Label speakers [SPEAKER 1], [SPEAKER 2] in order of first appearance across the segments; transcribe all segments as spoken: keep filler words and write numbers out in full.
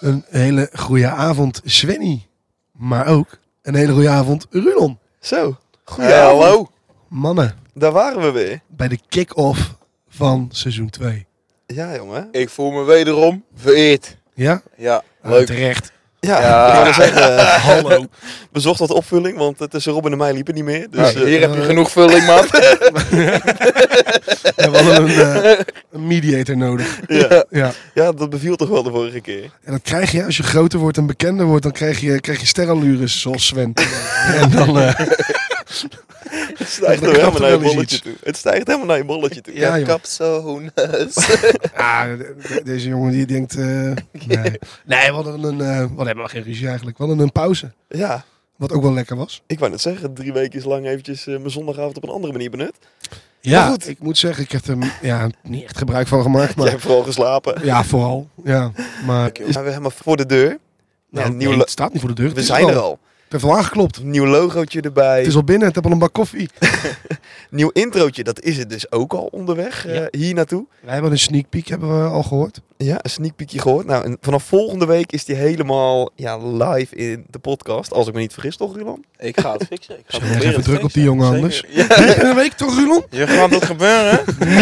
[SPEAKER 1] Een hele goede avond, Svenny. Maar ook een hele goede avond, Rulon.
[SPEAKER 2] Zo, goeie
[SPEAKER 3] Hey,
[SPEAKER 2] avond.
[SPEAKER 3] hallo.
[SPEAKER 1] Mannen,
[SPEAKER 2] Daar waren we weer.
[SPEAKER 1] bij de kick-off van seizoen twee.
[SPEAKER 2] Ja, jongen.
[SPEAKER 3] Ik voel me wederom vereerd.
[SPEAKER 1] Ja?
[SPEAKER 3] Ja,
[SPEAKER 1] Ah,
[SPEAKER 3] leuk.
[SPEAKER 1] terecht.
[SPEAKER 2] Ja,
[SPEAKER 3] Ja.
[SPEAKER 2] ik wilde zeggen, eh,
[SPEAKER 1] Hallo.
[SPEAKER 2] we zochten wat opvulling, want uh, tussen Robin en mij liep het niet meer. Dus,
[SPEAKER 3] Nou,
[SPEAKER 2] eh,
[SPEAKER 3] hier heb je genoeg vulling, maat.
[SPEAKER 1] Ja, we hadden een, uh, een mediator nodig.
[SPEAKER 2] ja.
[SPEAKER 1] Ja.
[SPEAKER 2] ja, dat beviel toch wel de vorige keer.
[SPEAKER 1] En dat krijg je als je groter wordt en bekender wordt. Dan krijg je, krijg je sterrenlures zoals Sven. En dan... Uh,
[SPEAKER 2] Het stijgt
[SPEAKER 1] Dan
[SPEAKER 2] er helemaal
[SPEAKER 1] knapt er
[SPEAKER 2] naar je
[SPEAKER 1] wel eens
[SPEAKER 2] bolletje
[SPEAKER 1] iets.
[SPEAKER 2] toe. Het stijgt helemaal naar je bolletje toe.
[SPEAKER 1] Ja, joh.
[SPEAKER 3] Kapzoon.
[SPEAKER 1] ah, de- de- deze jongen die denkt... Uh, nee. nee, we hadden een... Uh, we hebben geen ruzie eigenlijk. We hadden een pauze.
[SPEAKER 2] Ja,
[SPEAKER 1] Wat ook wel lekker was.
[SPEAKER 2] ik wou net zeggen, drie weken lang eventjes uh, mijn zondagavond op een andere manier benut.
[SPEAKER 1] Ja,
[SPEAKER 2] Maar goed.
[SPEAKER 1] ik moet zeggen, ik heb er ja, niet echt gebruik van gemaakt.
[SPEAKER 2] Jij
[SPEAKER 1] Maar
[SPEAKER 2] hebt vooral geslapen.
[SPEAKER 1] ja, vooral. Ja, maar
[SPEAKER 2] Maar we hebben helemaal voor de deur.
[SPEAKER 1] nou,
[SPEAKER 2] Ja, nieuw
[SPEAKER 1] nee,
[SPEAKER 2] lo-
[SPEAKER 1] het staat niet voor de deur.
[SPEAKER 2] we
[SPEAKER 1] Het is
[SPEAKER 2] zijn
[SPEAKER 1] al-
[SPEAKER 2] er al.
[SPEAKER 1] Het heeft al aangeklopt.
[SPEAKER 2] Een nieuw logootje erbij.
[SPEAKER 1] Het is al binnen. Het heb al een bak koffie.
[SPEAKER 2] Nieuw introotje, dat is het dus ook al onderweg uh,
[SPEAKER 1] Ja.
[SPEAKER 2] hier naartoe.
[SPEAKER 1] Wij hebben een sneak peek, hebben we al gehoord.
[SPEAKER 2] Ja, een sneak peekje gehoord. Nou, en vanaf volgende week is die helemaal ja, live in de podcast. Als ik me niet vergis, toch, Rulan?
[SPEAKER 3] Ik ga het fixen. Ik ga
[SPEAKER 1] Zeg
[SPEAKER 3] het
[SPEAKER 1] maar
[SPEAKER 3] proberen
[SPEAKER 1] even
[SPEAKER 3] te
[SPEAKER 1] druk op
[SPEAKER 3] fixen.
[SPEAKER 1] die jongen
[SPEAKER 3] Zeker.
[SPEAKER 1] anders.
[SPEAKER 3] Ja.
[SPEAKER 1] Drie keer een week toch, Rulon?
[SPEAKER 3] Je gaat het gebeuren.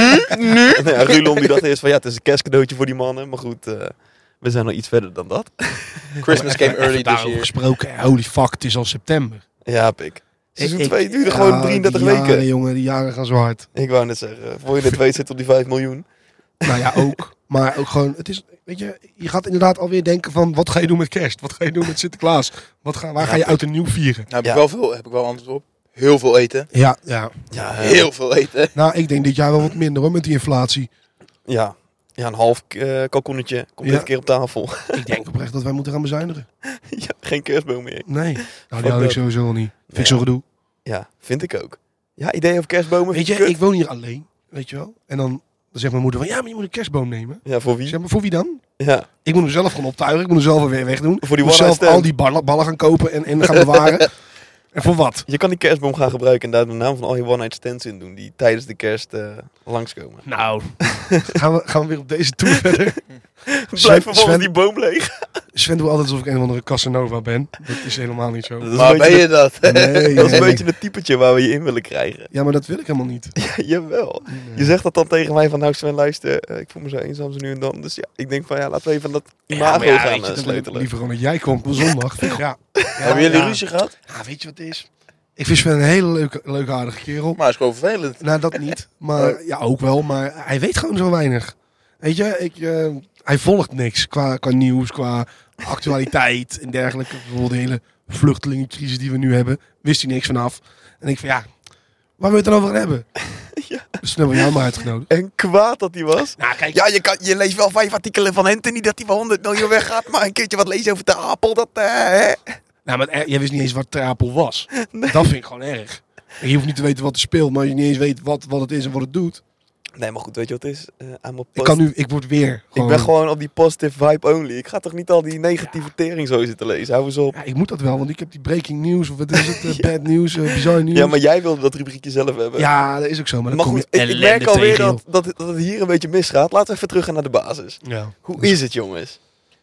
[SPEAKER 2] Nou ja, Rulon die dacht eerst van ja, het is een kerstcadeautje voor die mannen. Maar goed, uh, we zijn nog iets verder dan dat.
[SPEAKER 3] Christmas came early this
[SPEAKER 1] Daarover
[SPEAKER 3] year.
[SPEAKER 1] gesproken. Holy fuck, het is al september.
[SPEAKER 2] Ja, pik. Seizoen
[SPEAKER 1] Ik-
[SPEAKER 2] twee duurde
[SPEAKER 1] ja,
[SPEAKER 2] gewoon drieëndertig
[SPEAKER 1] die jaren,
[SPEAKER 2] weken.
[SPEAKER 1] jongen, die jaren gaan zo hard.
[SPEAKER 2] Ik wou net zeggen, voor je dit weet zit op die vijf miljoen.
[SPEAKER 1] Nou ja, ook. Maar ook gewoon, het is, weet je, je gaat inderdaad alweer denken van, wat ga je doen met kerst? Wat ga je doen met Sinterklaas? Wat ga, waar
[SPEAKER 2] Ja,
[SPEAKER 1] ga je oud en nieuw vieren?
[SPEAKER 3] Nou, heb,
[SPEAKER 2] Ja.
[SPEAKER 3] ik wel veel, heb ik wel antwoord op. Heel veel eten.
[SPEAKER 1] Ja, ja.
[SPEAKER 2] Ja,
[SPEAKER 3] Heel veel eten.
[SPEAKER 1] Nou, ik denk dit jaar wel wat minder hoor, met die inflatie.
[SPEAKER 2] Ja, ja een half uh, kalkoenetje komt
[SPEAKER 1] Ja.
[SPEAKER 2] dit keer op tafel.
[SPEAKER 1] Ik denk oprecht dat wij moeten gaan bezuinigen.
[SPEAKER 2] ja, geen kerstboom meer.
[SPEAKER 1] Nee. Nou,
[SPEAKER 2] Fuck
[SPEAKER 1] die hou ik
[SPEAKER 2] dat.
[SPEAKER 1] sowieso al niet. Vind ik
[SPEAKER 2] Ja.
[SPEAKER 1] zo gedoe.
[SPEAKER 2] Ja, vind ik ook. Ja, idee over kerstbomen.
[SPEAKER 1] Weet
[SPEAKER 2] vind
[SPEAKER 1] je,
[SPEAKER 2] kut.
[SPEAKER 1] ik woon hier alleen, weet je wel. En dan, dan zegt mijn moeder van, ja, maar je moet een kerstboom nemen.
[SPEAKER 2] Ja, voor
[SPEAKER 1] Ik
[SPEAKER 2] wie?
[SPEAKER 1] zeg, maar voor wie dan?
[SPEAKER 2] Ja,
[SPEAKER 1] Ik moet hem zelf gaan optuigen. Ik moet hem zelf weer wegdoen.
[SPEAKER 2] voor die
[SPEAKER 1] Ik moet
[SPEAKER 2] one-night
[SPEAKER 1] zelf
[SPEAKER 2] stand.
[SPEAKER 1] al die ballen, ballen gaan kopen en, en gaan bewaren. En voor wat?
[SPEAKER 2] Je kan die kerstboom gaan gebruiken en daar de naam van al je one-night stands in doen. Die tijdens de kerst uh, langskomen.
[SPEAKER 1] Nou, gaan we, gaan we weer op deze tour verder.
[SPEAKER 2] Blijf
[SPEAKER 1] Sven-
[SPEAKER 2] vervolgens
[SPEAKER 1] Sven-
[SPEAKER 2] die boom leeg.
[SPEAKER 1] Sven doet altijd alsof ik een of andere Casanova ben. Dat is helemaal niet zo.
[SPEAKER 2] Dat is
[SPEAKER 3] Maar
[SPEAKER 2] een
[SPEAKER 3] ben
[SPEAKER 2] beetje,
[SPEAKER 3] je dat?
[SPEAKER 1] Nee,
[SPEAKER 2] dat is
[SPEAKER 1] nee,
[SPEAKER 2] een
[SPEAKER 1] nee.
[SPEAKER 2] beetje het typetje waar we je in willen krijgen.
[SPEAKER 1] Ja, maar dat wil ik helemaal niet.
[SPEAKER 2] Ja, jawel. Je zegt dat dan tegen mij van nou Sven luister, uh, ik voel me zo eenzaam zo nu en dan. Dus ja, ik denk van ja, laten we even dat imago
[SPEAKER 1] maar ja,
[SPEAKER 2] gaan
[SPEAKER 1] weet
[SPEAKER 2] uh,
[SPEAKER 1] je, dan wil ik
[SPEAKER 2] sleutelen.
[SPEAKER 1] liever gewoon dat jij komt op zondag. Vind ik, ja.
[SPEAKER 3] Hebben jullie
[SPEAKER 1] ja.
[SPEAKER 3] ruzie gehad?
[SPEAKER 1] Ja, weet je wat het is? Ik vind Sven een hele leuke, leuke aardige kerel.
[SPEAKER 3] Maar het is gewoon vervelend.
[SPEAKER 1] Nou, dat niet. Maar ja, ook wel. Maar hij weet gewoon zo weinig. Weet je, ik, eh, hij volgt niks qua, qua nieuws, qua actualiteit en dergelijke. Bijvoorbeeld de hele vluchtelingencrisis die we nu hebben, wist hij niks vanaf. En ik van ja, waar wil je het dan over gaan hebben?
[SPEAKER 2] Ja.
[SPEAKER 1] Dus toen hebben we jou maar uitgenodigd.
[SPEAKER 2] En kwaad dat hij was.
[SPEAKER 1] Nou, kijk.
[SPEAKER 2] Ja, je, kan, je leest wel vijf artikelen van Anthony dat hij wel honderd miljoen weggaat. Maar een keertje wat lezen over de Apel, dat... Uh, hè?
[SPEAKER 1] Nou, maar het- jij wist niet eens wat Trapel was. Dat vind ik gewoon erg. En je hoeft niet te weten wat er speelt, maar als je niet eens weet wat, wat het is en wat het doet.
[SPEAKER 2] Nee, maar goed, weet je wat het is? Uh, I'm a
[SPEAKER 1] Ik kan nu, ik word weer gewoon...
[SPEAKER 2] Ik ben gewoon op die positive vibe only. Ik ga toch niet al die negatieve tering zo zitten lezen. Hou eens op.
[SPEAKER 1] Ja, ik moet dat wel, want ik heb die breaking news, of wat is het, uh, bad news, uh, bizarre nieuws.
[SPEAKER 2] Ja, maar jij wilde dat rubriekje zelf hebben.
[SPEAKER 1] Ja, dat is ook zo, maar dan
[SPEAKER 2] maar
[SPEAKER 1] kom
[SPEAKER 2] goed,
[SPEAKER 1] je
[SPEAKER 2] ik, ik
[SPEAKER 1] ellende
[SPEAKER 2] merk alweer
[SPEAKER 1] tegen,
[SPEAKER 2] dat, dat, dat het hier een beetje misgaat. Laten we even terug gaan naar de basis.
[SPEAKER 1] joh. Ja.
[SPEAKER 2] Hoe is het, jongens?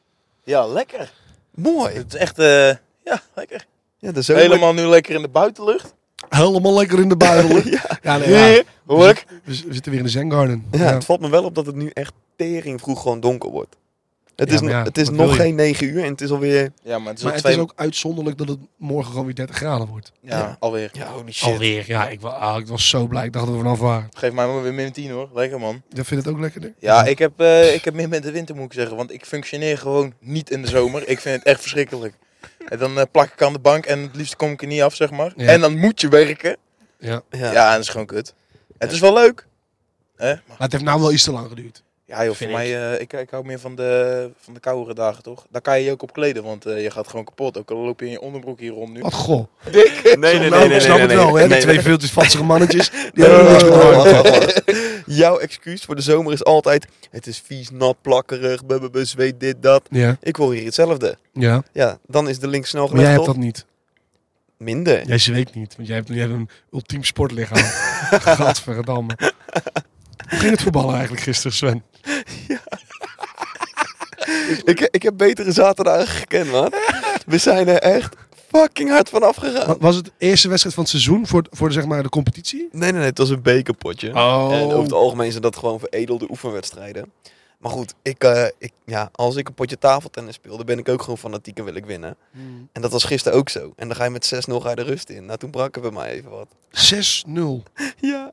[SPEAKER 3] Ja, lekker.
[SPEAKER 2] Mooi.
[SPEAKER 3] Het is echt, uh, ja, lekker.
[SPEAKER 2] Ja, de zomer...
[SPEAKER 3] Helemaal nu lekker in de buitenlucht.
[SPEAKER 1] Helemaal lekker in de buidel.
[SPEAKER 2] ja.
[SPEAKER 1] Ja, nee, ja.
[SPEAKER 3] Heerlijk.
[SPEAKER 1] We, z- we zitten weer in de Zen Garden.
[SPEAKER 2] Ja,
[SPEAKER 1] Ja.
[SPEAKER 2] het valt me wel op dat het nu echt tering vroeg gewoon donker wordt. Het
[SPEAKER 1] Ja,
[SPEAKER 2] is,
[SPEAKER 1] maar
[SPEAKER 2] no-
[SPEAKER 1] ja,
[SPEAKER 2] het is
[SPEAKER 1] wat
[SPEAKER 2] nog
[SPEAKER 1] wil je?
[SPEAKER 2] geen negen uur en het is alweer...
[SPEAKER 3] Ja, maar het is
[SPEAKER 1] Maar
[SPEAKER 3] al
[SPEAKER 1] het
[SPEAKER 3] twee...
[SPEAKER 1] is ook uitzonderlijk dat het morgen gewoon weer dertig graden wordt.
[SPEAKER 3] Ja,
[SPEAKER 2] Ja.
[SPEAKER 3] alweer.
[SPEAKER 2] Ja, holy shit.
[SPEAKER 1] Alweer, ja. Ik, wa- ah, ik was zo blij. Ik dacht dat we vanaf waren.
[SPEAKER 3] Geef mij maar weer min tien hoor. Lekker man.
[SPEAKER 1] Jij vindt het ook lekkerder?
[SPEAKER 3] Ja, ik heb, uh, ik heb meer met de winter moet ik zeggen. Want ik functioneer gewoon niet in de zomer. Ik vind het echt verschrikkelijk. En dan uh, plak ik aan de bank en het liefst kom ik er niet af, zeg maar.
[SPEAKER 1] Ja.
[SPEAKER 3] En dan moet je werken.
[SPEAKER 1] Ja.
[SPEAKER 2] Ja.
[SPEAKER 3] Ja, en dat is gewoon kut. Het is wel leuk. Hè? Maar,
[SPEAKER 1] Maar het heeft nou wel iets te lang geduurd.
[SPEAKER 3] ja joh, voor
[SPEAKER 1] Vind
[SPEAKER 3] mij, uh, ik, ik hou meer van de, van de koudere dagen toch. Daar kan je je ook op kleden, want uh, je gaat gewoon kapot. Ook al loop je in je onderbroek hier rond nu.
[SPEAKER 1] Wat goh.
[SPEAKER 3] Dik.
[SPEAKER 2] Nee, nee, nee,
[SPEAKER 1] Nou,
[SPEAKER 2] nee, nee.
[SPEAKER 1] ik snap
[SPEAKER 2] nee,
[SPEAKER 1] het wel,
[SPEAKER 2] nee,
[SPEAKER 1] hè.
[SPEAKER 2] nee,
[SPEAKER 1] Die twee
[SPEAKER 2] nee.
[SPEAKER 1] veeltjes vatsige mannetjes. Die hebben er niks met
[SPEAKER 2] Oh,
[SPEAKER 1] warmte.
[SPEAKER 2] wacht, wacht, wacht. Jouw excuus voor de zomer is altijd... Het is vies, nat, plakkerig, bubbebe, zweet, dit, dat.
[SPEAKER 1] Ja,
[SPEAKER 2] Ik hoor hier hetzelfde.
[SPEAKER 1] ja.
[SPEAKER 2] Ja, dan is de link snel
[SPEAKER 1] Maar
[SPEAKER 2] gelegd,
[SPEAKER 1] jij hebt
[SPEAKER 2] toch?
[SPEAKER 1] dat niet.
[SPEAKER 2] Minder.
[SPEAKER 1] Jij zweet niet, want jij hebt, jij hebt een ultiem sportlichaam. Gadverdamme. Hoe ging het voetballen eigenlijk gisteren, Sven?
[SPEAKER 2] ik, ik heb betere zaterdagen gekend, man. We zijn er echt fucking hard vanaf gegaan.
[SPEAKER 1] Wa- Was het de eerste wedstrijd van het seizoen voor, voor de, zeg maar, de competitie?
[SPEAKER 2] Nee, nee, nee. Het was een bekerpotje.
[SPEAKER 1] Oh.
[SPEAKER 2] En over het algemeen zijn dat gewoon veredelde oefenwedstrijden. Maar goed, ik, uh, ik, ja, als ik een potje tafeltennis speel, dan ben ik ook gewoon fanatiek en wil ik winnen.
[SPEAKER 1] Hmm.
[SPEAKER 2] En dat was gisteren ook zo. En dan ga je met zes nul ga je de rust in. Nou, toen brak er bij mij even wat.
[SPEAKER 1] zes nul.
[SPEAKER 2] Ja.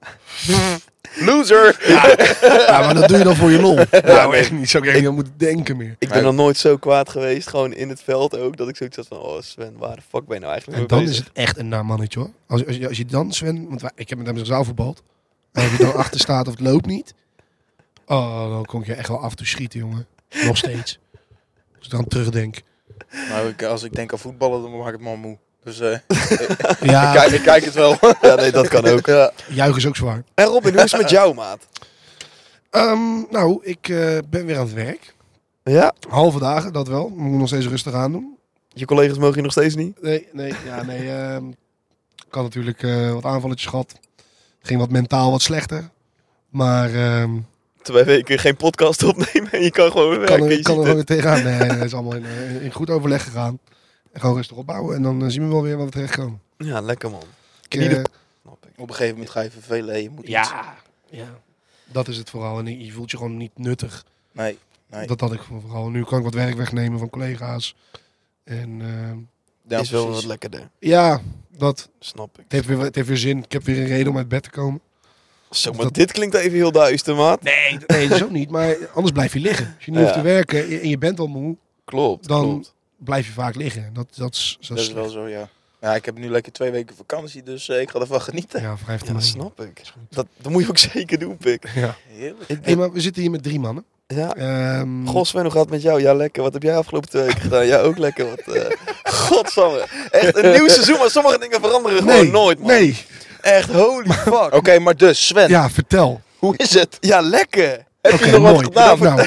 [SPEAKER 3] Loser!
[SPEAKER 1] Ja, maar dat doe je dan voor je lol. Nou,
[SPEAKER 2] nee.
[SPEAKER 1] echt niet. Zo kan je niet moeten denken meer.
[SPEAKER 2] Ik ben nog nooit zo kwaad geweest, gewoon in het veld ook, dat ik zoiets had van, oh Sven, waar de fuck ben je nou eigenlijk
[SPEAKER 1] En
[SPEAKER 2] mee
[SPEAKER 1] dan
[SPEAKER 2] bezig?
[SPEAKER 1] is het echt een naar mannetje, hoor. Als, als, je, als je dan, Sven... Want wij, ik heb met hem zelf voetbald. En als je dan achter staat of het loopt niet... Oh, dan kon ik je echt wel af en toe schieten, jongen. Nog steeds. Als ik dan terugdenk.
[SPEAKER 3] Nou, ik, als ik denk aan voetballen, dan maak ik het me al moe. Dus eh,
[SPEAKER 1] Ja,
[SPEAKER 3] ik, kijk, ik kijk het wel.
[SPEAKER 2] Ja, nee, dat kan ook.
[SPEAKER 3] Ja.
[SPEAKER 1] juichen is ook zwaar.
[SPEAKER 2] En Robin, hoe is het met jou, maat?
[SPEAKER 1] Ehm, nou, ik eh, ben weer aan het werk.
[SPEAKER 2] Ja?
[SPEAKER 1] Halve dagen, dat wel. Moet ik nog steeds rustig aan doen.
[SPEAKER 2] Je collega's mogen je nog steeds niet?
[SPEAKER 1] Nee, nee, ja, nee. ehm, ik had natuurlijk eh, wat aanvalletjes gehad. Ging wat mentaal wat slechter. Maar ehm
[SPEAKER 2] Twee weken geen podcast opnemen en je kan gewoon weer
[SPEAKER 1] ik kan
[SPEAKER 2] werken.
[SPEAKER 1] er,
[SPEAKER 2] je
[SPEAKER 1] ik kan er
[SPEAKER 2] ziet
[SPEAKER 1] gewoon
[SPEAKER 2] het.
[SPEAKER 1] weer tegenaan. Nee, het is allemaal in, eh, in goed overleg gegaan. En gewoon rustig opbouwen. En dan eh, zien we wel weer wat we terechtkomen.
[SPEAKER 2] Ja, lekker man.
[SPEAKER 1] Ik,
[SPEAKER 2] In ieder-
[SPEAKER 1] eh,
[SPEAKER 2] Snap ik.
[SPEAKER 3] Op een gegeven moment ga je vervelen. Je moet iets.
[SPEAKER 1] ja, ja, dat is het vooral. En je voelt je gewoon niet nuttig.
[SPEAKER 3] Nee. nee.
[SPEAKER 1] Dat had ik vooral. Nu kan ik wat werk wegnemen van collega's. En ehm,
[SPEAKER 3] Ja,
[SPEAKER 2] is wel
[SPEAKER 3] precies.
[SPEAKER 2] wat lekkerder.
[SPEAKER 1] ja, dat,
[SPEAKER 2] Snap ik.
[SPEAKER 1] het, heeft weer, het heeft weer zin. Ik heb weer een reden om uit bed te komen.
[SPEAKER 2] Zo, maar
[SPEAKER 1] dat-
[SPEAKER 2] dit klinkt even heel duister, maat.
[SPEAKER 1] Nee, nee, zo niet. Maar anders blijf je liggen. Als je niet
[SPEAKER 2] Ja.
[SPEAKER 1] hoeft te werken en je bent al moe,
[SPEAKER 2] Klopt,
[SPEAKER 1] Dan-
[SPEAKER 2] klopt.
[SPEAKER 1] blijf je vaak liggen. Dat, dat, is, dat
[SPEAKER 3] Dat
[SPEAKER 1] is
[SPEAKER 3] is wel zo, ja. Ja, ik heb nu lekker twee weken vakantie, dus eh, ik ga ervan genieten.
[SPEAKER 1] Ja, vijf
[SPEAKER 2] Ja,
[SPEAKER 1] te
[SPEAKER 2] dat
[SPEAKER 1] negen.
[SPEAKER 2] snap ik. Dat, dat moet je ook zeker doen, pik.
[SPEAKER 1] Ja.
[SPEAKER 3] Heerlijk.
[SPEAKER 2] Ik
[SPEAKER 1] Hey, maar we zitten hier met drie mannen.
[SPEAKER 2] Ja.
[SPEAKER 1] Ehm,
[SPEAKER 2] Goh, Sven, hoe gaat het met jou? Ja, lekker. Wat heb jij afgelopen twee weken gedaan? Ja, ook lekker. Wat, uh... Godsamme. Echt een nieuw seizoen, maar sommige dingen veranderen
[SPEAKER 1] nee,
[SPEAKER 2] gewoon nooit, man.
[SPEAKER 1] Nee,
[SPEAKER 2] Echt, holy fuck.
[SPEAKER 3] Oké, maar dus, Sven,
[SPEAKER 1] ja, vertel.
[SPEAKER 3] hoe is het?
[SPEAKER 2] Ja, lekker.
[SPEAKER 3] Heb
[SPEAKER 1] Oké,
[SPEAKER 3] je nog wat
[SPEAKER 1] mooi.
[SPEAKER 3] gedaan?
[SPEAKER 1] Nou,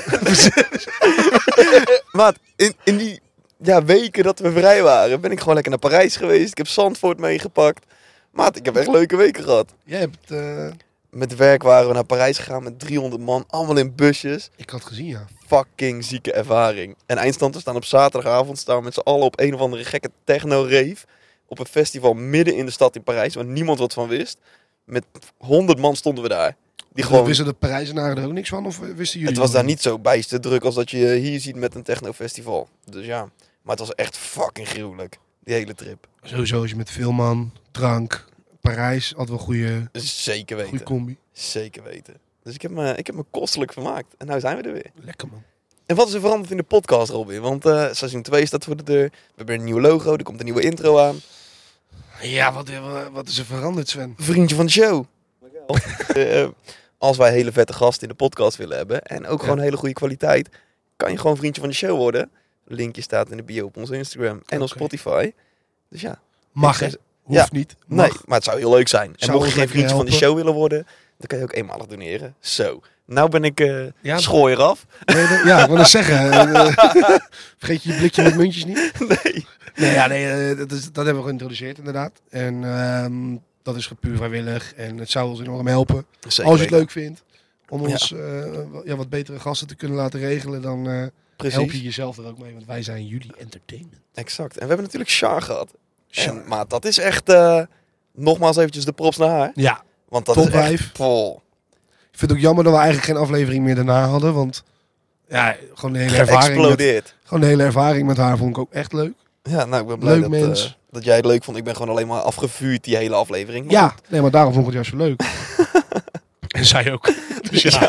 [SPEAKER 2] Maat, in, in die ja, weken dat we vrij waren, ben ik gewoon lekker naar Parijs geweest. Ik heb Zandvoort meegepakt. Maat, ik heb echt leuke weken gehad.
[SPEAKER 1] jij hebt... eh,
[SPEAKER 2] Met werk waren we naar Parijs gegaan met driehonderd man, allemaal in busjes.
[SPEAKER 1] ik had gezien, ja.
[SPEAKER 2] Fucking zieke ervaring. En eindstand, we staan op zaterdagavond, staan we met z'n allen op een of andere gekke techno-rave. Op een festival midden in de stad in Parijs, waar niemand wat van wist. Met honderd man stonden we daar. Die
[SPEAKER 1] Gewoon...
[SPEAKER 2] gewoon,
[SPEAKER 1] Wisten de Parijzenaren er ook niks van? Of wisten jullie
[SPEAKER 2] het was
[SPEAKER 1] wel?
[SPEAKER 2] daar niet zo bijster druk als dat je hier ziet met een techno-festival. Dus ja, maar het was echt fucking gruwelijk. Die hele trip.
[SPEAKER 1] Sowieso als je met veel man, drank, Parijs, had wel goede,
[SPEAKER 2] Dus zeker
[SPEAKER 1] goede
[SPEAKER 2] weten.
[SPEAKER 1] combi.
[SPEAKER 2] Zeker weten. Dus ik heb, me, ik heb me kostelijk vermaakt. En nou zijn we er weer.
[SPEAKER 1] Lekker, man.
[SPEAKER 2] En wat is er veranderd in de podcast, Robin? Want eh, seizoen twee staat voor de deur. We hebben een nieuw logo, er komt een nieuwe intro aan.
[SPEAKER 1] Ja, wat, wat is er veranderd, Sven?
[SPEAKER 2] Vriendje van de show. Eh, als wij hele vette gasten in de podcast willen hebben en ook
[SPEAKER 1] Ja.
[SPEAKER 2] gewoon hele goede kwaliteit, kan je gewoon vriendje van de show worden. Linkje staat in de bio op onze Instagram en op
[SPEAKER 1] Oké.
[SPEAKER 2] Spotify. Dus ja.
[SPEAKER 1] Mag, hè?
[SPEAKER 2] Ik zeg-
[SPEAKER 1] Hoeft niet.
[SPEAKER 2] Nee,
[SPEAKER 1] Mag.
[SPEAKER 2] maar het zou heel leuk zijn. En
[SPEAKER 1] Zou
[SPEAKER 2] mocht je
[SPEAKER 1] ons
[SPEAKER 2] geen
[SPEAKER 1] lekker
[SPEAKER 2] vriendje van de
[SPEAKER 1] helpen.
[SPEAKER 2] show willen worden, dan kan je ook eenmalig doneren. Zo. Nou ben ik eh
[SPEAKER 1] Ja,
[SPEAKER 2] schooier af.
[SPEAKER 1] Nee, dat- ja, ik wil het zeggen. eh, vergeet je je blikje met muntjes niet.
[SPEAKER 2] Nee.
[SPEAKER 1] Nee, ja, nee eh, dat, is, dat hebben we geïntroduceerd inderdaad. En ehm, dat is puur vrijwillig. En het zou ons enorm helpen.
[SPEAKER 2] Zeker
[SPEAKER 1] als je het
[SPEAKER 2] weten.
[SPEAKER 1] leuk vindt. Om
[SPEAKER 2] Ja.
[SPEAKER 1] ons eh, wa- ja, wat betere gasten te kunnen laten regelen. Dan eh,
[SPEAKER 2] Precies.
[SPEAKER 1] help je jezelf er ook mee. Want wij zijn jullie entertainment.
[SPEAKER 2] Exact. En we hebben natuurlijk Char gehad.
[SPEAKER 1] Char.
[SPEAKER 2] En, maar dat is echt... eh, nogmaals eventjes de props naar haar.
[SPEAKER 1] Ja,
[SPEAKER 2] Want dat
[SPEAKER 1] top
[SPEAKER 2] is echt...
[SPEAKER 1] vijf.
[SPEAKER 2] Vol.
[SPEAKER 1] Ik vind het ook jammer dat we eigenlijk geen aflevering meer daarna hadden. Want ja, gewoon de hele ervaring, met,
[SPEAKER 2] Geëxplodeerd.
[SPEAKER 1] gewoon de hele ervaring met haar vond ik ook echt leuk.
[SPEAKER 2] Ja, nou ik ben blij
[SPEAKER 1] Leuk
[SPEAKER 2] dat,
[SPEAKER 1] mens.
[SPEAKER 2] eh, dat jij het leuk vond. Ik ben gewoon alleen maar afgevuurd die hele aflevering. Maar
[SPEAKER 1] Ja,
[SPEAKER 2] goed.
[SPEAKER 1] nee, maar daarom vond ik het juist zo leuk. En zij ook. Dus ja.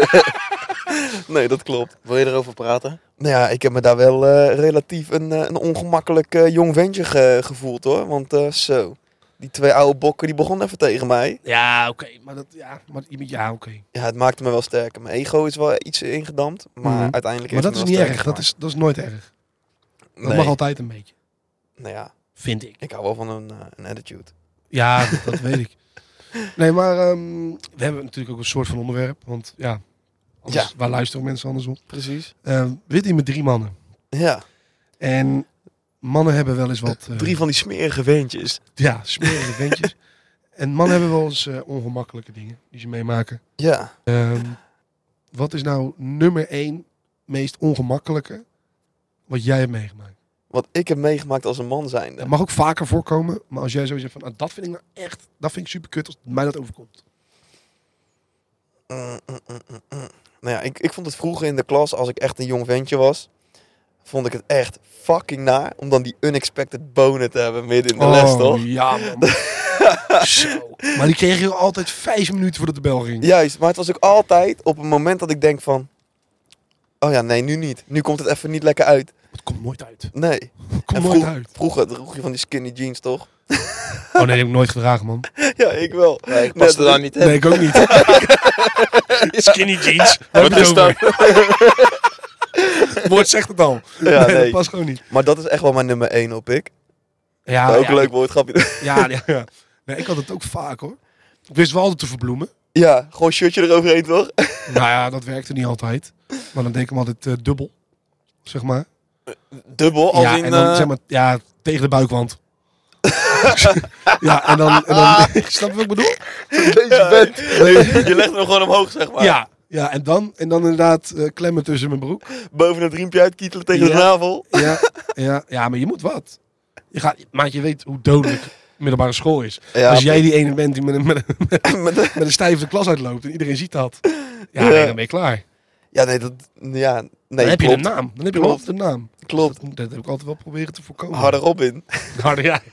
[SPEAKER 2] Nee, dat klopt.
[SPEAKER 3] Wil je erover praten?
[SPEAKER 2] Nou ja, ik heb me daar wel eh, relatief een, eh, een ongemakkelijk eh, jong ventje ge- gevoeld hoor. Want eh, zo, die twee oude bokken die begonnen even tegen mij.
[SPEAKER 1] Ja, oké. Maar dat, ja, maar, ja, oké.
[SPEAKER 2] Ja, het maakte me wel sterker. Mijn ego is wel iets ingedampt. Maar
[SPEAKER 1] Mhm.
[SPEAKER 2] uiteindelijk
[SPEAKER 1] Maar
[SPEAKER 2] heeft
[SPEAKER 1] dat
[SPEAKER 2] het
[SPEAKER 1] is
[SPEAKER 2] me
[SPEAKER 1] niet
[SPEAKER 2] wel
[SPEAKER 1] erg. Dat
[SPEAKER 2] sterker
[SPEAKER 1] is, dat is nooit erg. Dat
[SPEAKER 2] Nee.
[SPEAKER 1] mag altijd een beetje.
[SPEAKER 2] Nou ja,
[SPEAKER 1] Vind ik.
[SPEAKER 2] ik hou wel van een, eh, een attitude.
[SPEAKER 1] Ja, dat, dat weet ik. Nee, maar ehm, we hebben natuurlijk ook een soort van onderwerp. Want ja, anders,
[SPEAKER 2] Ja.
[SPEAKER 1] waar luisteren mensen andersom?
[SPEAKER 2] Precies.
[SPEAKER 1] Ehm we zitten hier met drie mannen.
[SPEAKER 2] Ja,
[SPEAKER 1] En mannen hebben wel eens wat... eh,
[SPEAKER 2] drie van die smerige ventjes.
[SPEAKER 1] Ja, smerige ventjes. En mannen hebben wel eens eh, ongemakkelijke dingen die ze meemaken.
[SPEAKER 2] Ja.
[SPEAKER 1] Ehm, wat is nou nummer één meest ongemakkelijke wat jij hebt meegemaakt?
[SPEAKER 2] Wat ik heb meegemaakt als een man zijnde.
[SPEAKER 1] Het mag ook vaker voorkomen, maar als jij zo zegt van, ah, dat vind ik nou echt, dat vind ik super kut als mij dat overkomt.
[SPEAKER 2] Mm, mm, mm, mm, mm. Nou ja, ik, ik vond het vroeger in de klas, als ik echt een jong ventje was, vond ik het echt fucking naar om dan die unexpected bonen te hebben midden in de les, toch?
[SPEAKER 1] Ja, man. Zo. Maar die kreeg je altijd vijf minuten voordat de bel ging.
[SPEAKER 2] Juist, maar het was ook altijd op een moment dat ik denk van, oh ja, nee, nu niet. Nu komt het even niet lekker uit.
[SPEAKER 1] Het komt nooit uit.
[SPEAKER 2] Nee.
[SPEAKER 1] Het komt
[SPEAKER 2] En
[SPEAKER 1] nooit
[SPEAKER 2] vroeg-
[SPEAKER 1] uit.
[SPEAKER 2] Vroeger droeg je van die skinny jeans, toch?
[SPEAKER 1] Oh nee, die heb ik nooit gedragen, man.
[SPEAKER 2] Ja, ik wel.
[SPEAKER 3] Nee, ik pas er dan niet in.
[SPEAKER 1] Nee, ik ook niet. Skinny jeans. Waar
[SPEAKER 3] Wat
[SPEAKER 1] heb je
[SPEAKER 3] is
[SPEAKER 1] het
[SPEAKER 3] dat?
[SPEAKER 1] over? Het woord zegt het al.
[SPEAKER 2] Ja,
[SPEAKER 1] nee,
[SPEAKER 2] nee.
[SPEAKER 1] dat past gewoon niet.
[SPEAKER 2] Maar dat is echt wel mijn nummer één op ik.
[SPEAKER 1] Ja,
[SPEAKER 2] ook
[SPEAKER 1] ja,
[SPEAKER 2] een leuk woordgrapje.
[SPEAKER 1] Ja, ja, ja. Nee, ik had het ook vaak, hoor. Ik wist wel altijd te verbloemen.
[SPEAKER 2] Ja, gewoon een shirtje eroverheen, toch?
[SPEAKER 1] Nou ja, dat werkte niet altijd. Maar dan deed ik hem altijd eh, dubbel. Zeg maar.
[SPEAKER 2] Dubbel, als
[SPEAKER 1] ja,
[SPEAKER 2] in...
[SPEAKER 1] en dan
[SPEAKER 2] eh,
[SPEAKER 1] zeg maar, ja, tegen de buikwand. Ja, en dan... En dan snap je wat ik bedoel?
[SPEAKER 2] Deze bent. Je legt hem gewoon omhoog, zeg maar.
[SPEAKER 1] Ja, ja en, dan, en dan inderdaad eh, klemmen tussen mijn broek.
[SPEAKER 2] Boven het riempje uitkietelen tegen
[SPEAKER 1] Ja.
[SPEAKER 2] de navel.
[SPEAKER 1] Ja, ja, ja, maar je moet wat. Je gaat, maar je weet hoe dodelijk middelbare school is.
[SPEAKER 2] Ja,
[SPEAKER 1] Als jij die ene bent die met een, met een,
[SPEAKER 2] met de-
[SPEAKER 1] met een stijf de klas uitloopt en iedereen ziet dat. Ja,
[SPEAKER 2] Ja.
[SPEAKER 1] nee, dan ben je klaar.
[SPEAKER 2] Ja, nee, dat... Ja, nee,
[SPEAKER 1] Dan heb je
[SPEAKER 2] klopt.
[SPEAKER 1] een naam. Dan heb je
[SPEAKER 2] Klopt.
[SPEAKER 1] altijd een naam.
[SPEAKER 2] Klopt.
[SPEAKER 1] Dat, dat heb ik altijd wel proberen te voorkomen.
[SPEAKER 2] Harder Robin.
[SPEAKER 1] Harder, ja.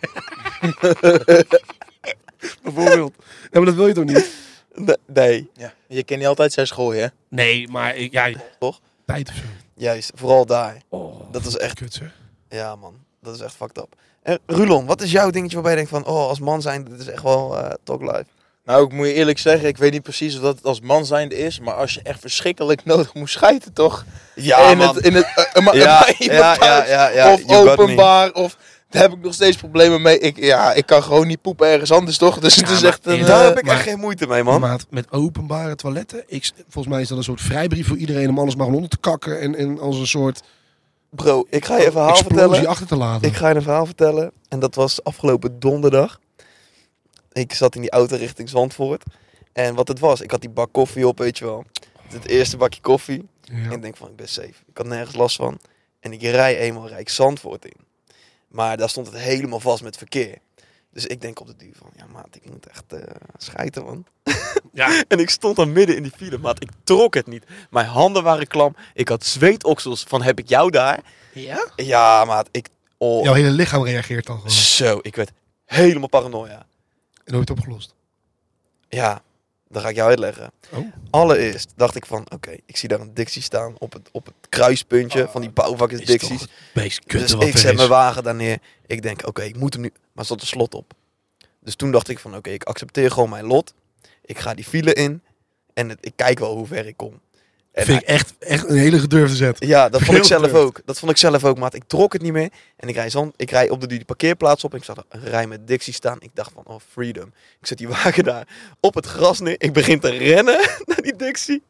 [SPEAKER 1] Bijvoorbeeld. Ja, maar dat wil je toch niet?
[SPEAKER 2] Nee, nee,
[SPEAKER 3] Ja. Je kan niet altijd zijn school, hè?
[SPEAKER 1] Nee, maar ik- ja,
[SPEAKER 2] toch?
[SPEAKER 1] tijd of zo.
[SPEAKER 2] Juist, vooral daar.
[SPEAKER 1] Oh,
[SPEAKER 2] Dat is echt...
[SPEAKER 1] kut, zeg.
[SPEAKER 2] Ja, man. Dat is echt fucked up. En Rulon, wat is jouw dingetje waarbij je denkt van... Oh, als man zijn, dit is echt wel uh, talk live.
[SPEAKER 3] Nou, ik moet je eerlijk zeggen, ik weet niet precies of dat het als man zijnde is, maar als je echt verschrikkelijk nodig moest schijten, toch?
[SPEAKER 2] Ja,
[SPEAKER 3] in
[SPEAKER 2] man.
[SPEAKER 3] het, in het, uh, uh,
[SPEAKER 2] Ja,
[SPEAKER 3] in
[SPEAKER 2] ja,
[SPEAKER 3] mijn
[SPEAKER 2] ja,
[SPEAKER 3] thuis,
[SPEAKER 2] ja, ja.
[SPEAKER 3] of
[SPEAKER 2] You got me.
[SPEAKER 3] openbaar, of daar heb ik nog steeds problemen mee. Ik, ja, ik kan gewoon niet poepen ergens anders, toch? Dus het
[SPEAKER 1] Ja,
[SPEAKER 3] is
[SPEAKER 1] maar
[SPEAKER 3] echt een...
[SPEAKER 1] in-
[SPEAKER 2] Daar
[SPEAKER 3] eh,
[SPEAKER 2] heb ik
[SPEAKER 1] maar-
[SPEAKER 2] echt geen moeite mee, man.
[SPEAKER 1] Maar met openbare toiletten, ik, volgens mij is dat een soort vrijbrief voor iedereen om alles maar onder te kakken en, en als een soort
[SPEAKER 2] Bro, ik ga je een verhaal
[SPEAKER 1] explosie
[SPEAKER 2] vertellen.
[SPEAKER 1] achter te laten.
[SPEAKER 2] Ik ga je een verhaal vertellen. En dat was afgelopen donderdag. Ik zat in die auto richting Zandvoort. En wat het was, ik had die bak koffie op, weet je wel. Het eerste bakje koffie.
[SPEAKER 1] Ja.
[SPEAKER 2] En ik denk van, ik ben safe. Ik had nergens last van. En ik rij eenmaal Rijk Zandvoort in. Maar daar stond het helemaal vast met verkeer. Dus ik denk op de duur van, ja maat, ik moet echt uh, schijten, man.
[SPEAKER 1] Ja.
[SPEAKER 2] En ik stond dan midden in die file, maat. Ik trok het niet. Mijn handen waren klam. Ik had zweetoksels van, heb ik jou daar?
[SPEAKER 1] Ja?
[SPEAKER 2] Ja, maat. Ik, oh,
[SPEAKER 1] Jouw hele lichaam reageert dan gewoon.
[SPEAKER 2] zo, ik werd helemaal paranoia.
[SPEAKER 1] En nooit opgelost.
[SPEAKER 2] Ja, dat ga ik jou uitleggen.
[SPEAKER 1] Oh.
[SPEAKER 2] Allereerst dacht ik van, oké, ik zie daar een Dixie staan op het, op het kruispuntje
[SPEAKER 1] Oh,
[SPEAKER 2] van die bouwvakkers
[SPEAKER 1] Is
[SPEAKER 2] Dixies.
[SPEAKER 1] toch het meest kutte
[SPEAKER 2] Dus
[SPEAKER 1] wat
[SPEAKER 2] ik
[SPEAKER 1] er
[SPEAKER 2] zet
[SPEAKER 1] is.
[SPEAKER 2] mijn wagen daar neer. Ik denk, oké, ik moet hem nu... Maar er stond een slot op. Dus toen dacht ik van, oké, ik accepteer gewoon mijn lot. Ik ga die file in. En het, ik kijk wel hoe ver ik kom. En
[SPEAKER 1] Vind ik echt, echt een hele gedurfde zet.
[SPEAKER 2] ja, dat vond ik
[SPEAKER 1] Heel
[SPEAKER 2] zelf
[SPEAKER 1] gedurfd.
[SPEAKER 2] ook. Dat vond ik zelf ook, maat. Ik trok het niet meer. En ik rij, zand, ik rij op de, die parkeerplaats op. En ik zag een rij met Dixie staan. Ik dacht van, oh, freedom. Ik zet die wagen daar op het gras neer. Ik begin te rennen naar die Dixie.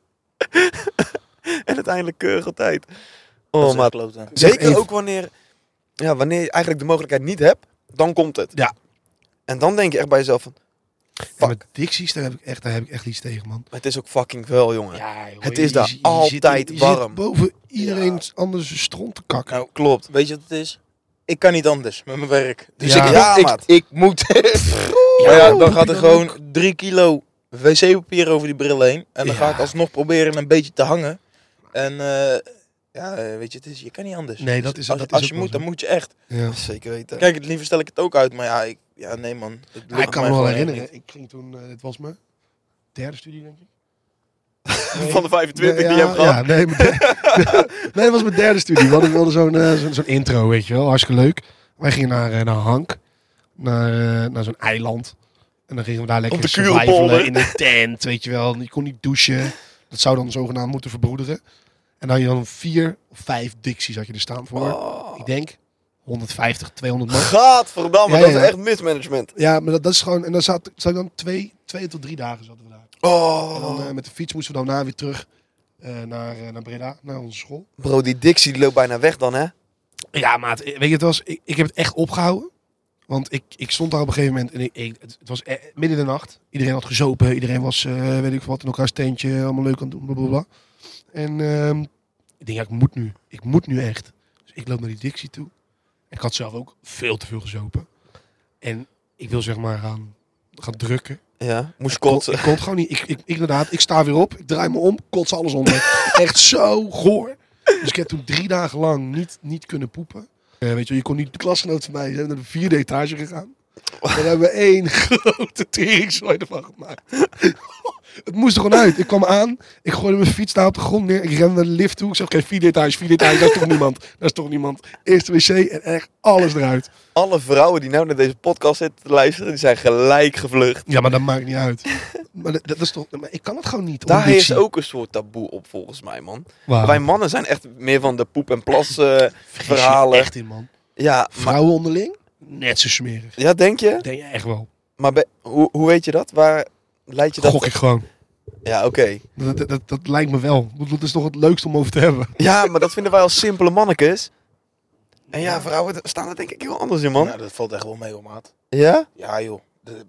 [SPEAKER 2] En uiteindelijk keurig op tijd.
[SPEAKER 3] dat
[SPEAKER 2] Oh,
[SPEAKER 3] is
[SPEAKER 2] maat.
[SPEAKER 3] echt kloten.
[SPEAKER 1] Zeg
[SPEAKER 2] Zeker
[SPEAKER 1] even-
[SPEAKER 2] ook wanneer, ja, wanneer je eigenlijk de mogelijkheid niet hebt, dan komt het.
[SPEAKER 1] Ja.
[SPEAKER 2] En dan denk je echt bij jezelf van,
[SPEAKER 1] En met Dixies, daar heb ik echt, daar heb ik echt iets tegen, man.
[SPEAKER 2] het is ook fucking vuil, jongen.
[SPEAKER 1] Ja, joh,
[SPEAKER 2] Het
[SPEAKER 1] je-
[SPEAKER 2] is daar
[SPEAKER 1] je- je
[SPEAKER 2] altijd
[SPEAKER 1] zit, je
[SPEAKER 2] warm.
[SPEAKER 1] Zit boven iedereen anders stront te kakken.
[SPEAKER 3] Nou,
[SPEAKER 2] Klopt.
[SPEAKER 3] weet je wat het is? Ik kan niet anders met mijn werk. Dus
[SPEAKER 1] Ja.
[SPEAKER 3] ik,
[SPEAKER 2] Ja,
[SPEAKER 3] ik,
[SPEAKER 2] maat.
[SPEAKER 3] ik, moet... maar ja, dan gaat er gewoon drie kilo wc-papier over die bril heen. En dan
[SPEAKER 1] Ja.
[SPEAKER 3] ga ik alsnog proberen een beetje te hangen. En eh, ja, eh, weet je, het is, je kan niet anders.
[SPEAKER 1] Nee, dat is-
[SPEAKER 3] als,
[SPEAKER 1] dat is
[SPEAKER 3] als
[SPEAKER 1] ook
[SPEAKER 3] je
[SPEAKER 1] wel
[SPEAKER 3] moet,
[SPEAKER 1] zo.
[SPEAKER 3] dan moet je echt.
[SPEAKER 1] Ja.
[SPEAKER 2] Zeker weten.
[SPEAKER 3] Kijk, het liever stel ik het ook uit. Maar ja, ik, ja nee man. Het
[SPEAKER 1] Ja,
[SPEAKER 3] lukt
[SPEAKER 1] ik kan
[SPEAKER 3] mij
[SPEAKER 1] me nog wel
[SPEAKER 3] gewoon
[SPEAKER 1] herinneren.
[SPEAKER 3] echt
[SPEAKER 1] Ik ging toen, uh, dit was mijn derde studie, denk ik.
[SPEAKER 2] Van de vijfentwintig
[SPEAKER 1] Nee,
[SPEAKER 2] die je hebt
[SPEAKER 1] ja,
[SPEAKER 2] gehad.
[SPEAKER 1] ja, nee, mijn de- nee, dat was mijn derde studie. We hadden, we hadden zo'n eh, zo'n zo'n intro, weet je wel. Hartstikke leuk. Wij gingen naar, eh, naar Hank. Naar, eh, naar zo'n eiland. En dan gingen we daar lekker
[SPEAKER 2] Op de
[SPEAKER 1] survivalen
[SPEAKER 2] Kurenpolder.
[SPEAKER 1] in een tent, weet je wel. Je kon niet douchen. Dat zou dan zogenaamd moeten verbroederen. En dan had je dan vier of vijf Dixies had je er staan voor.
[SPEAKER 2] Oh.
[SPEAKER 1] Ik denk honderdvijftig, tweehonderd man.
[SPEAKER 2] Gadverdamme,
[SPEAKER 1] Ja,
[SPEAKER 2] dat
[SPEAKER 1] ja.
[SPEAKER 2] is echt mismanagement.
[SPEAKER 1] Ja, maar dat, dat is gewoon... En dan zat, zat dan twee, twee tot drie dagen zaten we daar. En dan
[SPEAKER 2] Oh.
[SPEAKER 1] eh, met de fiets moesten we dan na weer terug eh, naar, eh, naar Breda, naar onze school.
[SPEAKER 2] Bro, die Dixie die loopt bijna weg dan, hè?
[SPEAKER 1] Ja, maat, weet je, het was, ik, ik heb het echt opgehouden. Want ik, ik stond daar op een gegeven moment en ik, ik, het, het was eh, midden in de nacht. Iedereen had gezopen, iedereen was, eh, weet ik veel wat, in elkaars tentje, allemaal leuk aan het doen, blablabla. En ehm, Ik denk, ja, ik moet nu. Ik moet nu echt. Dus ik loop naar die Dixie toe. Ik had zelf ook veel te veel gezopen. En ik wil zeg maar gaan, gaan drukken.
[SPEAKER 2] Ja, moest
[SPEAKER 1] Ik kon,
[SPEAKER 2] kotsen.
[SPEAKER 1] ik kon het gewoon niet. Ik, ik, inderdaad, ik sta weer op. Ik draai me om. Kots alles onder. Echt zo goor. Dus ik heb toen drie dagen lang niet, niet kunnen poepen. Uh, weet je, je kon niet de klasgenoot van mij. Ze zijn naar de vierde etage gegaan. Daar hebben we één grote teringzooi ervan gemaakt. Het moest er gewoon uit. Ik kwam aan. Ik gooide mijn fiets daar op de grond neer. Ik rende naar de lift toe. Ik zeg, oké, okay, vierde etage, vierde etage. Daar is toch niemand. Daar is toch niemand. Eerste wc en echt alles eruit.
[SPEAKER 2] Alle vrouwen die nou naar deze podcast zitten te luisteren, die zijn gelijk gevlucht.
[SPEAKER 1] Ja, maar dat maakt niet uit. Maar dat, dat is toch... Maar ik kan het gewoon niet.
[SPEAKER 2] Daar is ook een soort taboe op, volgens mij, man.
[SPEAKER 1] Wow.
[SPEAKER 2] Wij mannen zijn echt meer van de poep- en plas uh, verhalen.
[SPEAKER 1] Echt in, man.
[SPEAKER 2] Ja, maar...
[SPEAKER 1] Vrouwen onderling? Net zo smerig.
[SPEAKER 2] Ja, denk je?
[SPEAKER 1] Denk je echt wel.
[SPEAKER 2] Maar be... hoe, hoe weet je dat? Waar leid je dat?
[SPEAKER 1] Gok ik gewoon.
[SPEAKER 2] Ja, oké. Okay.
[SPEAKER 1] Dat, dat, dat, dat lijkt me wel. Dat is toch het leukste om over te hebben.
[SPEAKER 2] Ja, maar dat vinden wij als simpele mannekes. En ja, vrouwen staan er denk ik heel anders in, man.
[SPEAKER 3] Nou, dat valt echt wel mee, hoor, maat.
[SPEAKER 2] Ja?
[SPEAKER 3] Ja, joh. De...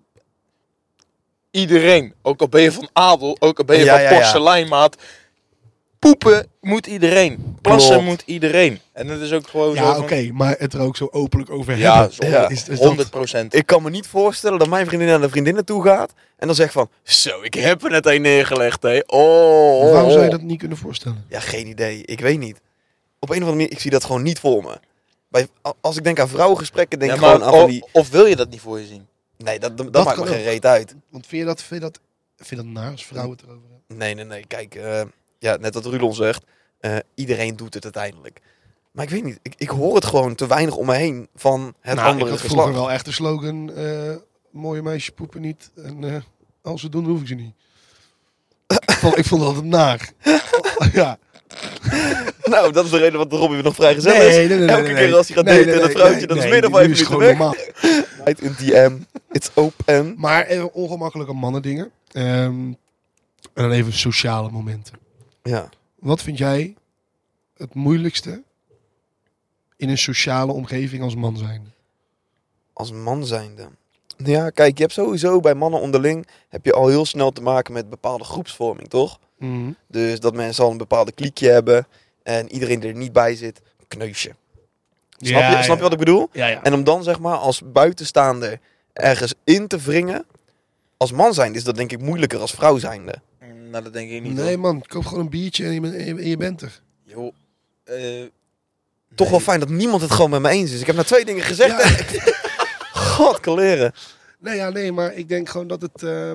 [SPEAKER 3] Iedereen, ook al ben je van adel, ook al ben je
[SPEAKER 2] Ja,
[SPEAKER 3] van
[SPEAKER 2] ja, ja.
[SPEAKER 3] porselein, maat. Poepen moet iedereen. Plassen
[SPEAKER 2] Klopt.
[SPEAKER 3] moet iedereen. En dat is ook gewoon
[SPEAKER 1] Ja,
[SPEAKER 3] zo
[SPEAKER 1] oké.
[SPEAKER 3] van...
[SPEAKER 1] Maar het er ook zo openlijk over
[SPEAKER 3] Ja,
[SPEAKER 1] hebben.
[SPEAKER 3] zo,
[SPEAKER 2] Ja.
[SPEAKER 1] Is, is dat-
[SPEAKER 3] honderd procent.
[SPEAKER 2] Ik kan me niet voorstellen dat mijn vriendin naar de vriendinnen toe gaat en dan zegt van, zo, ik heb er net een neergelegd, hé. Oh, oh,
[SPEAKER 1] Waarom zou je
[SPEAKER 2] oh.
[SPEAKER 1] dat niet kunnen voorstellen?
[SPEAKER 2] Ja, geen idee. Ik weet niet. Op een of andere manier, ik zie dat gewoon niet voor me. Bij, als ik denk aan vrouwengesprekken, denk
[SPEAKER 3] Ja,
[SPEAKER 2] ik
[SPEAKER 3] maar
[SPEAKER 2] gewoon aan van
[SPEAKER 3] of,
[SPEAKER 2] die...
[SPEAKER 3] of wil je dat niet voor je zien?
[SPEAKER 2] Nee, dat, dat,
[SPEAKER 1] Dat
[SPEAKER 2] maakt me
[SPEAKER 1] kan
[SPEAKER 2] geen
[SPEAKER 1] ook.
[SPEAKER 2] reet uit.
[SPEAKER 1] Want vind je dat, vind je dat, vind je dat naar als vrouwen het erover hebben?
[SPEAKER 2] Nee, nee, nee. Kijk, uh, ja, net wat Rudolf zegt. Uh, iedereen doet het uiteindelijk. Maar ik weet niet. Ik, ik hoor het gewoon te weinig om me heen van het
[SPEAKER 1] nou,
[SPEAKER 2] andere
[SPEAKER 1] ik had
[SPEAKER 2] geslacht.
[SPEAKER 1] vroeger wel echt de slogan... Uh, mooie meisjes poepen niet. En uh, als ze doen, dan hoef ik ze niet. ik, vond, ik vond het altijd naar. ja.
[SPEAKER 2] Nou, dat is de reden wat de Robbie weer nog vrijgezel
[SPEAKER 1] Nee,
[SPEAKER 2] is.
[SPEAKER 1] nee, nee, nee,
[SPEAKER 2] Elke
[SPEAKER 1] nee,
[SPEAKER 2] keer
[SPEAKER 1] nee.
[SPEAKER 2] als hij gaat
[SPEAKER 1] Nee,
[SPEAKER 2] daten
[SPEAKER 1] nee,
[SPEAKER 2] en een
[SPEAKER 1] nee,
[SPEAKER 2] vrouwtje,
[SPEAKER 1] nee,
[SPEAKER 2] dat is
[SPEAKER 1] nee,
[SPEAKER 2] meer dan
[SPEAKER 1] nu
[SPEAKER 2] vijf
[SPEAKER 1] is het
[SPEAKER 2] minuten
[SPEAKER 1] gewoon
[SPEAKER 2] weg.
[SPEAKER 1] normaal.
[SPEAKER 2] Right in D M. It's open.
[SPEAKER 1] Maar even ongemakkelijke mannendingen. Um, en dan even sociale momenten.
[SPEAKER 2] Ja.
[SPEAKER 1] Wat vind jij het moeilijkste in een sociale omgeving als man zijn?
[SPEAKER 2] Als man zijnde. Ja, kijk, je hebt sowieso bij mannen onderling heb je al heel snel te maken met bepaalde groepsvorming, toch?
[SPEAKER 1] Mm.
[SPEAKER 2] Dus dat mensen al een bepaalde kliekje hebben en iedereen er niet bij zit. Kneusje. Snap,
[SPEAKER 1] Ja,
[SPEAKER 2] je, snap je wat ik bedoel?
[SPEAKER 1] Ja, ja.
[SPEAKER 2] En om dan zeg maar als buitenstaander ergens in te wringen. Als man zijnde is dat denk ik moeilijker als vrouw zijnde.
[SPEAKER 3] Nou, dat denk ik niet.
[SPEAKER 1] Nee
[SPEAKER 3] hoor.
[SPEAKER 1] man, koop gewoon een biertje en je, bent- en je, en je bent er.
[SPEAKER 3] Joh. eh,
[SPEAKER 2] Toch
[SPEAKER 3] nee.
[SPEAKER 2] wel fijn dat niemand het gewoon met me eens is. Ik heb nou twee dingen gezegd.
[SPEAKER 1] Ja.
[SPEAKER 2] En ik... God, kaleren.
[SPEAKER 1] Nee, ja, nee, maar ik denk gewoon dat het... ehm,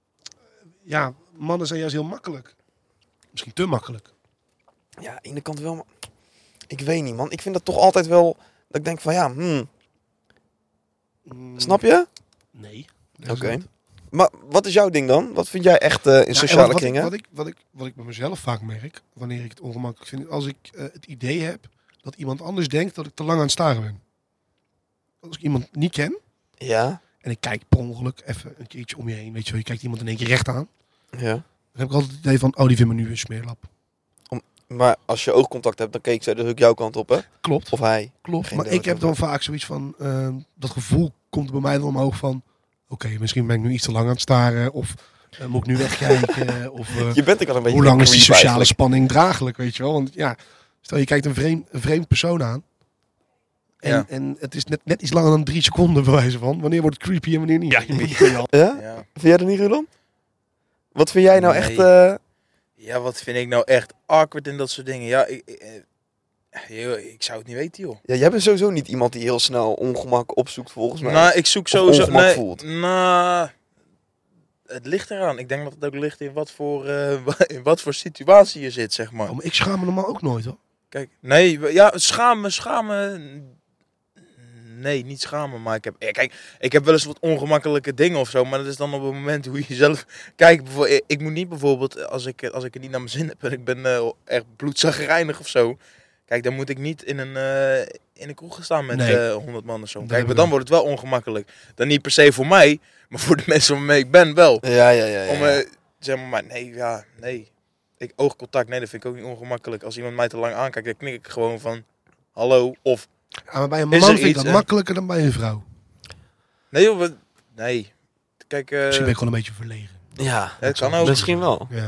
[SPEAKER 1] ja, mannen zijn juist heel makkelijk. Misschien te makkelijk.
[SPEAKER 2] Ja, aan de ene kant wel, maar... Ik weet niet, man. Ik vind dat toch altijd wel... Dat ik denk van, ja, hmm.
[SPEAKER 1] Mm,
[SPEAKER 2] Snap je?
[SPEAKER 1] Nee.
[SPEAKER 2] Oké. Maar wat is jouw ding dan? Wat vind jij echt uh, in
[SPEAKER 1] Ja,
[SPEAKER 2] sociale
[SPEAKER 1] wat,
[SPEAKER 2] kringen?
[SPEAKER 1] Wat ik, wat, ik, wat ik bij mezelf vaak merk, wanneer ik het ongemakkelijk vind, als ik uh, het idee heb dat iemand anders denkt dat ik te lang aan het staren ben. Als ik iemand niet ken
[SPEAKER 2] Ja,
[SPEAKER 1] en ik kijk per ongeluk even een keertje om je heen, weet je wel, je kijkt iemand in één keer recht aan,
[SPEAKER 2] ja.
[SPEAKER 1] dan heb ik altijd het idee van, oh, die vindt me nu een smeerlap.
[SPEAKER 2] Maar als je oogcontact hebt, dan keek zij dus ook jouw kant op, hè?
[SPEAKER 1] Klopt,
[SPEAKER 2] Of hij.
[SPEAKER 1] klopt.
[SPEAKER 2] geen
[SPEAKER 1] Maar
[SPEAKER 2] idee
[SPEAKER 1] ik
[SPEAKER 2] wat
[SPEAKER 1] heb dan vaak zoiets van, uh, dat gevoel komt bij mij dan omhoog van, oké, okay, misschien ben ik nu iets te lang aan het staren, of uh, moet ik nu wegkijken, of uh,
[SPEAKER 2] Je bent ook al een beetje
[SPEAKER 1] hoe lang is die
[SPEAKER 2] creep
[SPEAKER 1] sociale
[SPEAKER 2] eigenlijk.
[SPEAKER 1] spanning draaglijk, weet je wel? Want ja, stel je kijkt een vreemd, een vreemd persoon aan. En,
[SPEAKER 3] Ja.
[SPEAKER 1] en het is net, net iets langer dan drie seconden bij wijze van. Wanneer wordt het creepy en wanneer niet? Ja, je moet het al.
[SPEAKER 2] Ja?
[SPEAKER 3] Ja.
[SPEAKER 2] Vind jij dat niet, Rudolf? Wat vind jij nou
[SPEAKER 3] Nee.
[SPEAKER 2] echt... Uh...
[SPEAKER 3] ja, wat vind ik nou echt awkward in dat soort dingen? Ja, ik, ik, eh, joh, ik zou het niet weten, joh.
[SPEAKER 2] Ja, jij bent sowieso niet iemand die heel snel ongemak opzoekt, volgens mij.
[SPEAKER 3] Nou, ik zoek
[SPEAKER 2] Of
[SPEAKER 3] sowieso...
[SPEAKER 2] ongemak
[SPEAKER 3] Nee,
[SPEAKER 2] voelt.
[SPEAKER 3] nou, het ligt eraan. Ik denk dat het ook ligt in wat voor, eh, in wat voor situatie je zit, zeg maar.
[SPEAKER 1] Oh, maar ik schaam me normaal ook nooit hoor.
[SPEAKER 3] Kijk, nee, we- ja, schamen, schamen... Nee, niet schamen, maar ik heb... ja, kijk, ik heb wel eens wat ongemakkelijke dingen of zo, maar dat is dan op het moment hoe je zelf... Kijk, bijvoorbeeld, ik, ik moet niet bijvoorbeeld, als ik, als ik het niet naar mijn zin heb en ik ben eh, echt bloedzagrijnig of zo... Kijk, dan moet ik niet in een, uh, in een kroeg gaan staan met
[SPEAKER 1] Nee.
[SPEAKER 3] eh, honderd man of zo.
[SPEAKER 1] Dat
[SPEAKER 3] Kijk,
[SPEAKER 1] heb
[SPEAKER 3] maar
[SPEAKER 1] ik
[SPEAKER 3] dan wordt het wel ongemakkelijk. Dan niet per se voor mij, maar voor de mensen waarmee ik ben wel.
[SPEAKER 2] Ja, ja, ja. ja.
[SPEAKER 3] Om, eh, zeg maar, maar nee, ja, nee. Ik, oogcontact, nee, dat vind ik ook niet ongemakkelijk. Als iemand mij te lang aankijkt, dan knik ik gewoon van... Hallo, of...
[SPEAKER 1] Ja, maar bij een
[SPEAKER 3] Is
[SPEAKER 1] man
[SPEAKER 3] er
[SPEAKER 1] vind ik
[SPEAKER 3] iets,
[SPEAKER 1] dat
[SPEAKER 3] hè?
[SPEAKER 1] makkelijker dan bij een vrouw.
[SPEAKER 3] Nee, joh, wat- nee. Kijk, eh,
[SPEAKER 1] Misschien ben ik gewoon een beetje verlegen.
[SPEAKER 2] Ja,
[SPEAKER 3] het kan ook.
[SPEAKER 2] misschien wel.
[SPEAKER 1] Ja.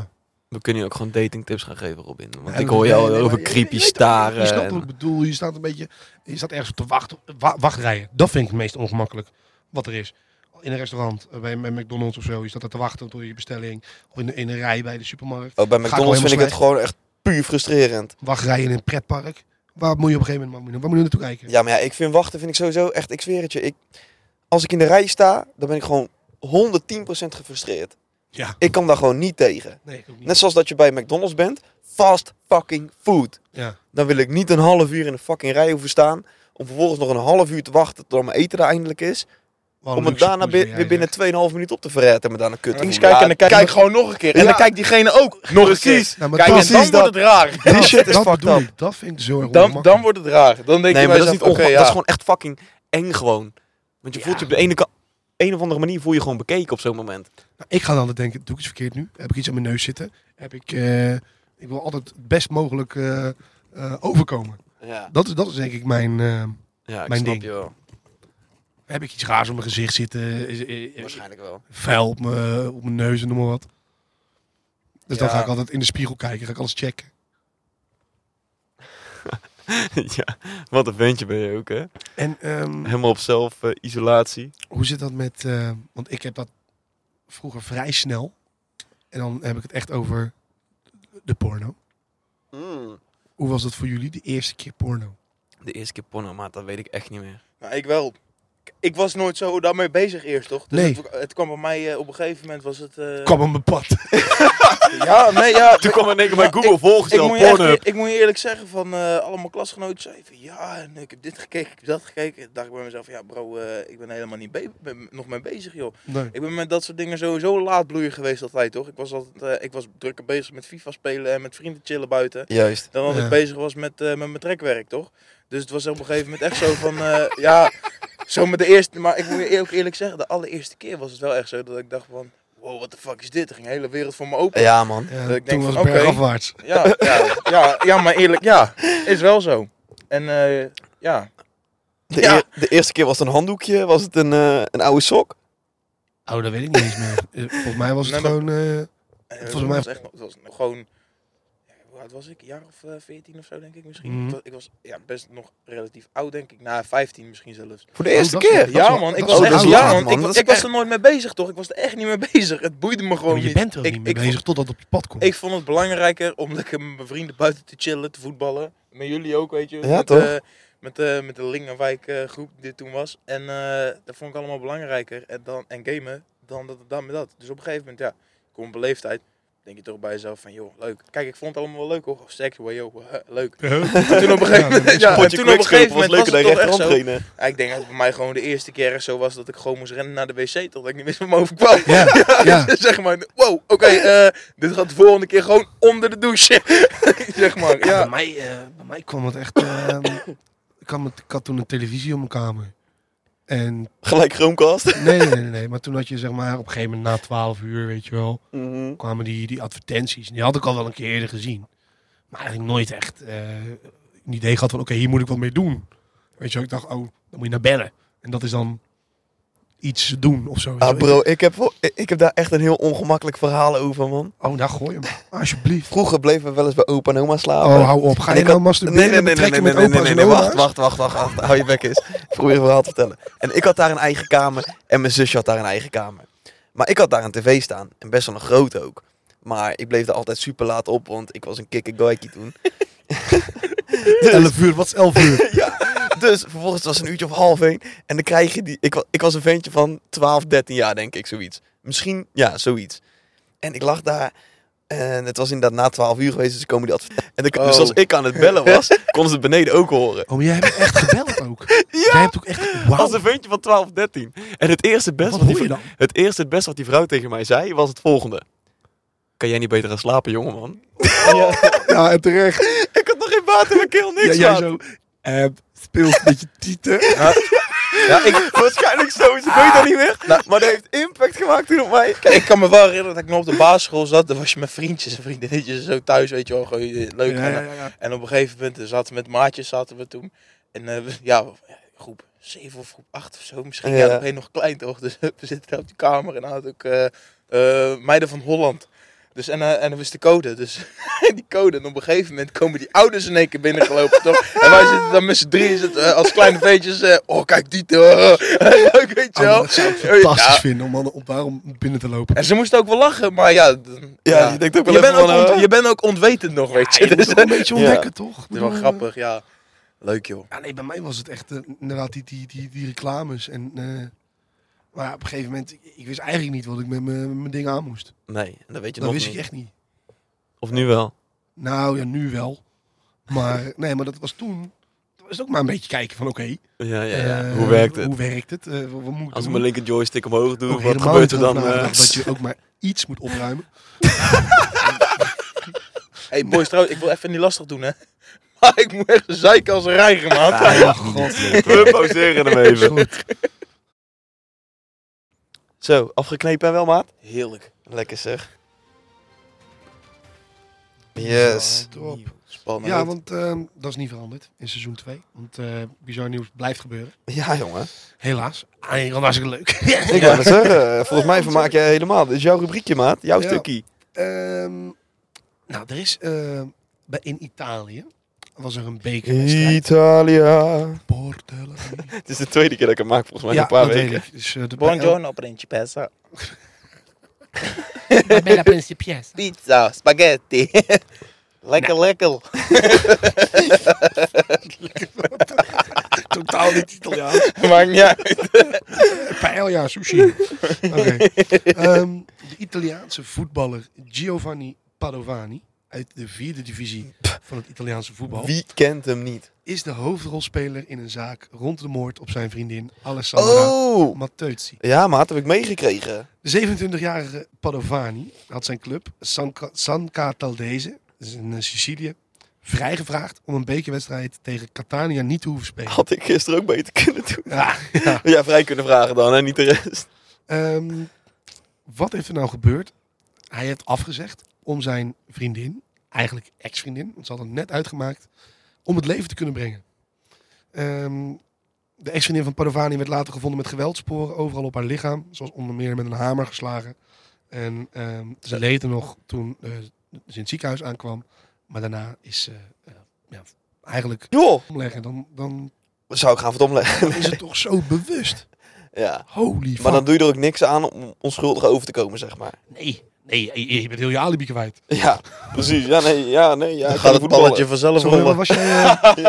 [SPEAKER 2] We kunnen je ook gewoon datingtips gaan geven, Robin. Want
[SPEAKER 1] Ja,
[SPEAKER 2] ik hoor jou
[SPEAKER 1] nee, nee,
[SPEAKER 2] over
[SPEAKER 1] maar je-
[SPEAKER 2] creepy
[SPEAKER 1] je weet
[SPEAKER 2] staren.
[SPEAKER 1] Je snapt
[SPEAKER 2] en-
[SPEAKER 1] wat ik bedoel. Je staat een beetje... Je staat ergens op te wachten. Wa wachtrijen. Dat vind ik het meest ongemakkelijk. Wat er is. In een restaurant. eh, Bij, bij McDonald's of zo. Je staat er te wachten tot je bestelling. Of in, de- in een rij bij de supermarkt.
[SPEAKER 2] Oh, bij
[SPEAKER 1] Ga ik
[SPEAKER 2] McDonald's
[SPEAKER 1] wel
[SPEAKER 2] vind ik het
[SPEAKER 1] helemaal
[SPEAKER 2] gewoon echt puur frustrerend.
[SPEAKER 1] Wachtrijen in een pretpark. Waar moet je op een gegeven moment waar moet je naartoe kijken?
[SPEAKER 2] Ja, maar ja, ik vind wachten vind ik sowieso echt, ik zweer het je. Ik, als ik in de rij sta, dan ben ik gewoon honderdtien procent gefrustreerd.
[SPEAKER 1] Ja.
[SPEAKER 2] Ik kan daar gewoon niet tegen.
[SPEAKER 1] Nee, ik ook niet.
[SPEAKER 2] Net zoals dat je bij McDonald's bent. Fast fucking food.
[SPEAKER 1] Ja.
[SPEAKER 2] Dan wil ik niet een half uur in een fucking rij hoeven staan. Om vervolgens nog een half uur te wachten tot mijn eten er eindelijk is.
[SPEAKER 1] Wat
[SPEAKER 2] Om
[SPEAKER 1] een
[SPEAKER 2] het
[SPEAKER 1] luxe
[SPEAKER 2] daarna
[SPEAKER 1] koers
[SPEAKER 2] bi-
[SPEAKER 1] ben jij,
[SPEAKER 2] weer binnen
[SPEAKER 1] zeg.
[SPEAKER 2] twee komma vijf minuten op te verretten en me daar een kut te
[SPEAKER 3] Eens
[SPEAKER 2] voelen.
[SPEAKER 3] kijken en dan
[SPEAKER 2] Ja,
[SPEAKER 3] kijk ik gewoon nog een keer. En
[SPEAKER 2] Ja.
[SPEAKER 3] dan kijkt diegene ook nog een keer.
[SPEAKER 2] Precies.
[SPEAKER 1] Nou, maar
[SPEAKER 3] Kijk,
[SPEAKER 1] dat,
[SPEAKER 3] en dan
[SPEAKER 2] precies
[SPEAKER 3] wordt het raar.
[SPEAKER 2] Die shit is
[SPEAKER 1] dat
[SPEAKER 2] fucked
[SPEAKER 1] bedoel
[SPEAKER 2] up.
[SPEAKER 1] ik. Dat vind ik zo erg
[SPEAKER 3] Dan,
[SPEAKER 1] ongemakkelijk.
[SPEAKER 3] dan wordt het raar. Dan denk
[SPEAKER 2] Nee,
[SPEAKER 3] je
[SPEAKER 2] maar
[SPEAKER 3] bij
[SPEAKER 2] dat is niet
[SPEAKER 3] jezelf, oké,
[SPEAKER 2] onge-
[SPEAKER 3] ja.
[SPEAKER 2] Dat is gewoon echt fucking eng gewoon. Want je
[SPEAKER 1] Ja.
[SPEAKER 2] voelt je op de ene kant... Een of andere manier voel je gewoon bekeken op zo'n moment.
[SPEAKER 1] Nou, ik ga dan altijd denken, doe ik iets verkeerd nu? Heb ik iets aan mijn neus zitten? Heb ik... eh, ik wil altijd het best mogelijk eh, eh, overkomen.
[SPEAKER 2] Ja,
[SPEAKER 1] Dat is, dat is denk ik mijn... eh,
[SPEAKER 2] ja ik
[SPEAKER 1] Mijn
[SPEAKER 2] snap
[SPEAKER 1] ding.
[SPEAKER 2] je wel.
[SPEAKER 1] heb ik iets raars op mijn gezicht zitten? Is, is, is,
[SPEAKER 2] Waarschijnlijk wel.
[SPEAKER 1] vuil op mijn, op mijn neus en noem maar wat. Dus dan
[SPEAKER 3] Ja.
[SPEAKER 1] ga ik altijd in de spiegel kijken. Ga ik alles checken.
[SPEAKER 2] Ja, wat een ventje ben je ook, hè?
[SPEAKER 1] En ehm,
[SPEAKER 2] Helemaal op zelf-isolatie.
[SPEAKER 1] hoe zit dat met... eh, want ik heb dat vroeger vrij snel. En dan heb ik het echt over de porno. Hoe was dat voor jullie, de eerste keer porno?
[SPEAKER 2] De eerste keer porno, maat, dat weet ik echt niet meer.
[SPEAKER 3] Nou, ik wel. Ik was nooit zo daarmee bezig eerst, toch? Dus
[SPEAKER 1] Nee.
[SPEAKER 3] het, het kwam bij mij, eh, op een gegeven moment was het... eh,
[SPEAKER 1] Kwam op mijn pad.
[SPEAKER 3] Ja, nee, ja.
[SPEAKER 2] Toen kwam in één keer
[SPEAKER 3] Maar
[SPEAKER 2] bij Google
[SPEAKER 3] Ik
[SPEAKER 2] volgesteld,
[SPEAKER 3] moet, je echt,
[SPEAKER 2] Pornhub.
[SPEAKER 3] ik moet je eerlijk zeggen, van eh, allemaal klasgenoten zeiden van ja, en ik heb dit gekeken, ik heb dat gekeken. dacht ik bij mezelf, ja bro, eh, ik ben helemaal niet be- ben nog mee bezig, joh.
[SPEAKER 1] Nee.
[SPEAKER 3] Ik ben met dat soort dingen sowieso laatbloeier geweest altijd, toch? Ik was altijd, eh, ik was drukker bezig met FIFA spelen en met vrienden chillen buiten.
[SPEAKER 2] Juist.
[SPEAKER 3] Dan dat
[SPEAKER 1] Ja.
[SPEAKER 3] ik bezig was met, eh, met mijn trekwerk, toch? Dus het was op een gegeven moment echt zo van, eh, ja, zo met de eerste, maar ik moet je ook eerlijk zeggen, de allereerste keer was het wel echt zo dat ik dacht van, wow, what the fuck is dit? Er ging de hele wereld voor me open.
[SPEAKER 2] Ja, man.
[SPEAKER 1] Ja,
[SPEAKER 3] Dat ik
[SPEAKER 1] toen
[SPEAKER 3] denk
[SPEAKER 1] was
[SPEAKER 3] van,
[SPEAKER 1] het
[SPEAKER 3] oké.
[SPEAKER 1] bergafwaarts.
[SPEAKER 3] Ja, ja, ja, ja, maar eerlijk, ja, is wel zo. En eh, ja,
[SPEAKER 2] De,
[SPEAKER 3] Ja.
[SPEAKER 2] eer- de eerste keer was het een handdoekje, was het een, eh, een oude sok?
[SPEAKER 1] Oh, dat weet ik niet eens meer. Eh, Volgens mij was het
[SPEAKER 3] Nee,
[SPEAKER 1] gewoon... eh,
[SPEAKER 3] eh,
[SPEAKER 1] Volgens mij-
[SPEAKER 3] was echt, nog- het was nog gewoon, ja, hoe oud was ik? Een jaar of eh, veertien of zo, denk ik misschien.
[SPEAKER 1] Mhm.
[SPEAKER 3] Ik was, ik was ja, best nog relatief oud, denk ik. Nou, vijftien misschien zelfs.
[SPEAKER 2] Voor de eerste
[SPEAKER 1] dat is
[SPEAKER 2] keer?
[SPEAKER 1] wel- Dat
[SPEAKER 3] Ja,
[SPEAKER 1] wel-
[SPEAKER 3] man, ik
[SPEAKER 1] dat
[SPEAKER 3] was
[SPEAKER 1] is
[SPEAKER 3] echt,
[SPEAKER 1] wel
[SPEAKER 3] ja,
[SPEAKER 1] oud,
[SPEAKER 3] man,
[SPEAKER 2] man.
[SPEAKER 3] ik,
[SPEAKER 2] Dat
[SPEAKER 3] was-
[SPEAKER 2] is
[SPEAKER 3] ik was
[SPEAKER 2] echt-
[SPEAKER 3] er nooit mee bezig, toch? Ik was er echt niet mee bezig. Het boeide me gewoon
[SPEAKER 1] maar je
[SPEAKER 3] niet.
[SPEAKER 1] bent er ook
[SPEAKER 3] ik,
[SPEAKER 1] niet mee
[SPEAKER 3] ik,
[SPEAKER 1] bezig totdat het op je pad komt.
[SPEAKER 3] Ik vond het belangrijker om lekker met mijn vrienden buiten te chillen, te voetballen. Met jullie ook, weet je.
[SPEAKER 2] Ja,
[SPEAKER 3] met,
[SPEAKER 2] toch?
[SPEAKER 3] eh, met, eh, met de Lingenwijk eh, groep die dit toen was. En eh, dat vond ik allemaal belangrijker. En, dan, en gamen dan dat, dan met dat. Dus op een gegeven moment, ja, ik kom op een leeftijd. Denk je toch bij jezelf van, joh, leuk. Kijk, ik vond het allemaal wel leuk hoor. Seks, well, joh, leuk.
[SPEAKER 1] Ja.
[SPEAKER 3] Toen op een gegeven
[SPEAKER 1] Ja,
[SPEAKER 3] moment,
[SPEAKER 1] dat is
[SPEAKER 3] ja,
[SPEAKER 2] Potje
[SPEAKER 3] en toen op een gegeven moment was
[SPEAKER 2] leuker
[SPEAKER 3] het
[SPEAKER 2] dan
[SPEAKER 3] toch echt
[SPEAKER 2] rechterhand
[SPEAKER 3] zo.
[SPEAKER 2] trainen.
[SPEAKER 3] Ja, ik denk dat het bij mij gewoon de eerste keer echt zo was dat ik gewoon moest rennen naar de wc totdat ik niet wist wat me overkwam.
[SPEAKER 1] Ja, ja.
[SPEAKER 3] Zeg maar, wow, oké, eh, dit gaat de volgende keer gewoon onder de douche. Zeg maar,
[SPEAKER 1] Ja,
[SPEAKER 3] ja.
[SPEAKER 1] bij, mij, eh, bij mij kwam het echt... ehm, ik, had met, ik had toen een televisie op mijn kamer. En
[SPEAKER 2] Gelijk Chromecast.
[SPEAKER 1] nee, nee, nee, nee. Maar toen had je zeg maar op een gegeven moment na twaalf uur, weet je wel,
[SPEAKER 2] Mhm.
[SPEAKER 1] kwamen die, die advertenties. En die had ik al wel een keer eerder gezien. Maar eigenlijk nooit echt eh, een idee gehad van, oké, hier moet ik wat mee doen. Weet je wel, ik dacht, oh, dan moet je naar bellen. En dat is dan iets doen of zo. weet je
[SPEAKER 2] Ah
[SPEAKER 1] wel.
[SPEAKER 2] bro, ik heb, wel- ik heb daar echt een heel ongemakkelijk verhaal over, man.
[SPEAKER 1] Oh, nou gooi hem. Alsjeblieft.
[SPEAKER 2] Vroeger bleven we wel eens bij opa en oma slapen.
[SPEAKER 1] Oh, hou op. Ga
[SPEAKER 2] En
[SPEAKER 1] je
[SPEAKER 2] ik
[SPEAKER 1] nou
[SPEAKER 2] had-
[SPEAKER 1] masturberen
[SPEAKER 2] nee, nee,
[SPEAKER 1] en
[SPEAKER 2] nee, nee,
[SPEAKER 1] betrekken
[SPEAKER 2] nee,
[SPEAKER 1] met
[SPEAKER 2] nee, nee,
[SPEAKER 1] opa's
[SPEAKER 2] nee,
[SPEAKER 1] en
[SPEAKER 2] nee,
[SPEAKER 1] oma's?
[SPEAKER 2] wacht, wacht, wacht, wacht, wacht. Hou je bek eens. Ik probeer een verhaal te vertellen. En ik had daar een eigen kamer en mijn zusje had daar een eigen kamer. Maar ik had daar een tv staan en best wel een groot ook. Maar ik bleef daar altijd super laat op, want ik was een kikkergoikie toen.
[SPEAKER 1] elf uur, wat is elf uur?
[SPEAKER 2] Ja, dus vervolgens was het een uurtje of half één. En dan krijg je die... Ik, wa- ik was een ventje van twaalf, dertien jaar, denk ik, zoiets. Misschien, ja, zoiets. En ik lag daar... En het was inderdaad na twaalf uur geweest, dus komen die adver- En dan, dus
[SPEAKER 3] Oh.
[SPEAKER 2] als ik aan het bellen was, konden ze het beneden ook horen.
[SPEAKER 1] Oh, maar jij hebt echt gebeld ook. Jij
[SPEAKER 2] Ja,
[SPEAKER 1] hebt ook echt... Wauw.
[SPEAKER 2] als een ventje van twaalf, dertien. En het eerste best
[SPEAKER 1] Wat
[SPEAKER 2] wat,
[SPEAKER 1] hoor
[SPEAKER 2] die,
[SPEAKER 1] je dan?
[SPEAKER 2] het eerste het best wat die vrouw tegen mij zei, was het volgende. Kan jij niet beter gaan slapen, jongeman?
[SPEAKER 1] Ja, en terecht.
[SPEAKER 2] Ik had nog geen baat in mijn keel, niks,
[SPEAKER 1] Ja, jij
[SPEAKER 2] maat.
[SPEAKER 1] zo... eh, speelt met je tieten.
[SPEAKER 2] Ja, ik, waarschijnlijk zo, ik weet dat niet meer. Maar dat heeft impact gemaakt toen op mij.
[SPEAKER 3] Kijk, ik kan me wel herinneren dat ik nog op de basisschool zat. Dan was je met vriendjes en vriendinnetjes zo thuis, weet je wel. Gewoon eh, leuk.
[SPEAKER 1] Ja,
[SPEAKER 3] En,
[SPEAKER 1] ja, ja.
[SPEAKER 3] en op een gegeven moment eh, zaten we met maatjes zaten we toen. En eh, we- ja, groep zeven of groep acht of zo. Misschien, ja,
[SPEAKER 2] Ja.
[SPEAKER 3] dan ben je nog klein toch. Dus we zitten daar op die kamer en dan had ik eh, eh, Meiden van Holland. Dus, en, uh, en dat is de code. Dus die code. En op een gegeven moment komen die ouders in één keer binnengelopen, toch? En wij zitten dan met z'n drieën zitten, uh, als kleine veetjes. Uh, oh, kijk die. Uh, leuk, weet je
[SPEAKER 1] Oh,
[SPEAKER 3] wel.
[SPEAKER 1] dat zou ik fantastisch
[SPEAKER 3] Ja.
[SPEAKER 1] vinden om, dan- om daarom binnen te lopen.
[SPEAKER 3] En ze moesten ook wel lachen, maar ja. d-
[SPEAKER 2] Ja, je denkt ook wel
[SPEAKER 3] je,
[SPEAKER 2] even
[SPEAKER 3] bent ook
[SPEAKER 2] van,
[SPEAKER 3] ont-
[SPEAKER 2] uh,
[SPEAKER 3] je bent ook ontwetend nog, weet je.
[SPEAKER 1] Ja, je moet
[SPEAKER 3] Dus,
[SPEAKER 1] het wel een beetje
[SPEAKER 2] Ja.
[SPEAKER 1] ontdekken, toch?
[SPEAKER 3] het is wel grappig, ja. Leuk, joh.
[SPEAKER 1] Ja, nee, bij mij was het echt uh, inderdaad die, die, die, die reclames. En, uh, maar ja, op een gegeven moment, ik, ik wist eigenlijk niet wat ik met mijn mijn ding aan moest.
[SPEAKER 2] Nee, en dat weet je
[SPEAKER 1] Dat
[SPEAKER 2] nog
[SPEAKER 1] wist
[SPEAKER 2] niet.
[SPEAKER 1] ik echt niet.
[SPEAKER 2] Of nu wel?
[SPEAKER 1] Nou ja, nu wel. Maar nee, maar dat was toen. Toen was het ook maar een beetje kijken van oké.
[SPEAKER 2] Ja, ja, ja.
[SPEAKER 1] uh,
[SPEAKER 2] hoe werkt het?
[SPEAKER 1] Hoe werkt het? Uh, wat, wat moet ik
[SPEAKER 2] Als ik
[SPEAKER 1] doen?
[SPEAKER 2] mijn linker joystick omhoog doe,
[SPEAKER 1] Ook
[SPEAKER 2] wat
[SPEAKER 1] helemaal
[SPEAKER 2] gebeurt er
[SPEAKER 1] niet
[SPEAKER 2] dan?
[SPEAKER 1] over
[SPEAKER 2] uh,
[SPEAKER 1] nagedacht dat je ook maar iets moet opruimen.
[SPEAKER 3] Hey boys, trouwens, ik wil even niet lastig doen, hè. Maar ik moet echt zeiken als een reiger, man.
[SPEAKER 1] Ah, ja, god.
[SPEAKER 2] We pauzeren hem
[SPEAKER 1] Is
[SPEAKER 2] even.
[SPEAKER 1] goed.
[SPEAKER 2] Zo, afgeknepen en wel, maat?
[SPEAKER 3] Heerlijk.
[SPEAKER 2] Lekker zeg. Yes.
[SPEAKER 1] Top.
[SPEAKER 3] Spannend.
[SPEAKER 1] Ja, want uh, dat is niet veranderd in seizoen twee. Want uh, bizar nieuws blijft gebeuren.
[SPEAKER 2] Ja, jongen.
[SPEAKER 1] Helaas. Eigenlijk was hartstikke leuk.
[SPEAKER 2] Ik wou het zeggen. Volgens mij vermaak jij helemaal. Dit is jouw rubriekje, maat. Jouw
[SPEAKER 1] Ja.
[SPEAKER 2] stukje.
[SPEAKER 1] Ehm, nou, er is uh, bij, in Italië was er een bekerwedstrijd.
[SPEAKER 2] Italia.
[SPEAKER 1] Portella.
[SPEAKER 2] Het is de tweede keer dat ik het maak, volgens mij.
[SPEAKER 1] Ja,
[SPEAKER 2] een paar
[SPEAKER 1] dat
[SPEAKER 2] weken.
[SPEAKER 1] weet ik. Dus, uh, de
[SPEAKER 3] Buongiorno, principessa.
[SPEAKER 1] Bella principessa.
[SPEAKER 3] Pizza, spaghetti. Lekker, lekker.
[SPEAKER 1] Totaal niet Italiaans.
[SPEAKER 3] Maakt niet uit.
[SPEAKER 1] Paella, sushi. Oké. Ehm, de Italiaanse voetballer Giovanni Padovani uit de vierde divisie van het Italiaanse voetbal
[SPEAKER 2] Wie kent hem niet?
[SPEAKER 1] is de hoofdrolspeler in een zaak rond de moord op zijn vriendin Alessandra
[SPEAKER 2] Oh!
[SPEAKER 1] Mateuzzi.
[SPEAKER 2] Ja, maat, heb ik meegekregen.
[SPEAKER 1] De zevenentwintigjarige Padovani had zijn club San, San Cataldese, dat is in Sicilië, vrijgevraagd om een bekerwedstrijd tegen Catania niet te hoeven spelen.
[SPEAKER 2] Had ik gisteren ook beter kunnen doen.
[SPEAKER 1] Ja, ja.
[SPEAKER 2] Ja, vrij kunnen vragen dan, en niet de rest.
[SPEAKER 1] Ehm, wat heeft er nou gebeurd? Hij heeft afgezegd om zijn vriendin, eigenlijk ex-vriendin, want ze hadden het net uitgemaakt, om het leven te kunnen brengen. Ehm, de ex-vriendin van Padovani werd later gevonden met geweldsporen overal op haar lichaam, zoals onder meer met een hamer geslagen. En ehm, ze leed er nog toen uh, ze in het ziekenhuis aankwam, maar daarna is ze uh, ja, eigenlijk
[SPEAKER 2] Joh,
[SPEAKER 1] omleggen. Dan, dan
[SPEAKER 2] zou ik gaan verdomleggen.
[SPEAKER 1] is het toch zo bewust.
[SPEAKER 2] Ja.
[SPEAKER 1] Holy fuck.
[SPEAKER 2] Maar dan doe je er ook niks aan om onschuldig over te komen, zeg maar.
[SPEAKER 1] Nee, nee, je, je bent heel je alibi kwijt.
[SPEAKER 2] Ja, precies. Ja, nee, ja, nee. Ja,
[SPEAKER 3] Dan
[SPEAKER 2] ik
[SPEAKER 3] gaat
[SPEAKER 2] kan
[SPEAKER 3] het
[SPEAKER 2] voetballen.
[SPEAKER 3] balletje vanzelf
[SPEAKER 1] Zo, waar
[SPEAKER 3] rollen.
[SPEAKER 1] was jij?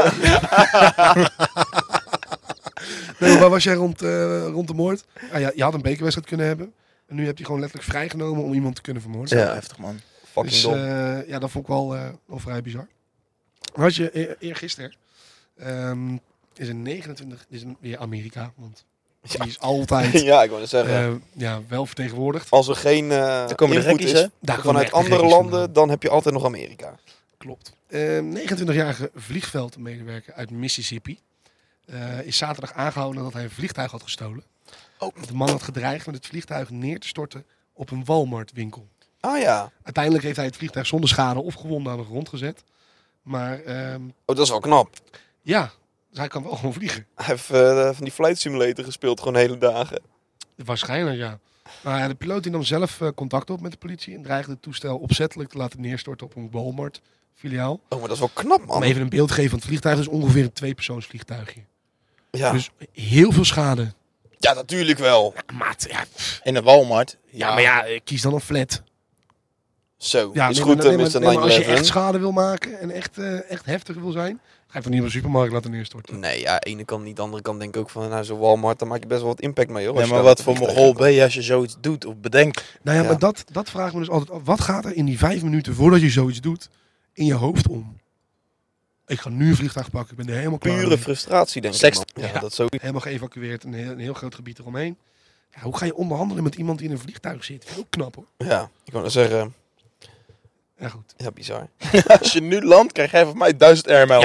[SPEAKER 1] Uh... nee, waar was jij rond, uh, rond de moord? Ah, ja, je had een bekerwedstrijd kunnen hebben. En nu heb je gewoon letterlijk vrijgenomen om iemand te kunnen vermoorden.
[SPEAKER 3] Ja, heftig, man.
[SPEAKER 2] Fucking
[SPEAKER 1] Dus
[SPEAKER 2] dom.
[SPEAKER 1] uh, ja, dat vond ik wel, uh, wel vrij bizar. Maar had je eer, eergisteren um, is een negenentwintig, is een, weer Amerika, want
[SPEAKER 2] Ja.
[SPEAKER 1] die is altijd
[SPEAKER 2] Ja, ik wou net zeggen.
[SPEAKER 1] uh, ja, wel vertegenwoordigd.
[SPEAKER 2] Als er geen uh,
[SPEAKER 3] komen de
[SPEAKER 2] input
[SPEAKER 3] gekkies,
[SPEAKER 2] is
[SPEAKER 3] hè?
[SPEAKER 1] Daar komen
[SPEAKER 2] vanuit
[SPEAKER 1] echt de
[SPEAKER 2] andere
[SPEAKER 1] gekkies
[SPEAKER 2] landen,
[SPEAKER 1] vandaan.
[SPEAKER 2] dan heb je altijd nog Amerika.
[SPEAKER 1] Klopt. Uh, negenentwintigjarige vliegveldmedewerker uit Mississippi uh, is zaterdag aangehouden nadat hij een vliegtuig had gestolen.
[SPEAKER 2] Oh.
[SPEAKER 1] De man had gedreigd met het vliegtuig neer te storten op een Walmart-winkel.
[SPEAKER 2] Ah ja.
[SPEAKER 1] Uiteindelijk heeft hij het vliegtuig zonder schade of gewonden aan de grond gezet. Maar um,
[SPEAKER 2] Oh, dat is wel knap.
[SPEAKER 1] ja, dus hij kan wel gewoon vliegen.
[SPEAKER 2] Hij heeft uh, van die flight simulator gespeeld, gewoon hele dagen.
[SPEAKER 1] Waarschijnlijk, ja. Maar ja, de piloot die nam zelf uh, contact op met de politie en dreigde het toestel opzettelijk te laten neerstorten op een Walmart-filiaal.
[SPEAKER 2] Oh, maar dat is wel knap, man.
[SPEAKER 1] Om even een beeld te geven, want het vliegtuig is ongeveer een tweepersoonsvliegtuigje.
[SPEAKER 2] Ja.
[SPEAKER 1] Dus heel veel schade.
[SPEAKER 2] ja, natuurlijk wel.
[SPEAKER 1] Ja, maat, ja, pff.
[SPEAKER 3] In de Walmart.
[SPEAKER 1] ja, maar ja, eh, kies dan een flat.
[SPEAKER 2] Zo,
[SPEAKER 1] Ja,
[SPEAKER 2] is
[SPEAKER 1] nee,
[SPEAKER 2] goed,
[SPEAKER 1] maar,
[SPEAKER 2] uh,
[SPEAKER 1] nee, maar,
[SPEAKER 2] mister
[SPEAKER 1] nee, maar als je
[SPEAKER 2] negen
[SPEAKER 1] echt
[SPEAKER 2] elf.
[SPEAKER 1] schade wil maken en echt, uh, echt heftig wil zijn, ga je van niet op een supermarkt laten neerstorten.
[SPEAKER 2] Nee, ja, ene kant niet, de andere kant denk ik ook van, nou, zo'n Walmart, dan maak je best wel wat impact mee, hoor.
[SPEAKER 3] Ja,
[SPEAKER 2] als je
[SPEAKER 3] maar
[SPEAKER 2] daar
[SPEAKER 3] wat
[SPEAKER 2] met
[SPEAKER 3] voor
[SPEAKER 2] een
[SPEAKER 3] mogol
[SPEAKER 2] vliegtuig
[SPEAKER 3] ben je als je zoiets doet of bedenkt?
[SPEAKER 1] Nou ja,
[SPEAKER 2] Ja.
[SPEAKER 1] maar dat, dat vraagt me dus altijd af. Wat gaat er in die vijf minuten voordat je zoiets doet in je hoofd om? Ik ga nu een vliegtuig pakken, ik ben er helemaal klaar
[SPEAKER 2] Pure
[SPEAKER 1] mee.
[SPEAKER 2] frustratie, denk
[SPEAKER 3] Seks-
[SPEAKER 2] ik. Man. Ja,
[SPEAKER 1] Ja.
[SPEAKER 2] dat is zo.
[SPEAKER 1] Helemaal geëvacueerd, een heel, een heel groot gebied eromheen. Ja, hoe ga je onderhandelen met iemand die in een vliegtuig zit? Vind ik ook knap hoor.
[SPEAKER 2] Ja, ik wou net zeggen,
[SPEAKER 1] Ja goed.
[SPEAKER 2] ja, bizar.
[SPEAKER 3] Als je nu landt, krijg jij van mij duizend airmiles.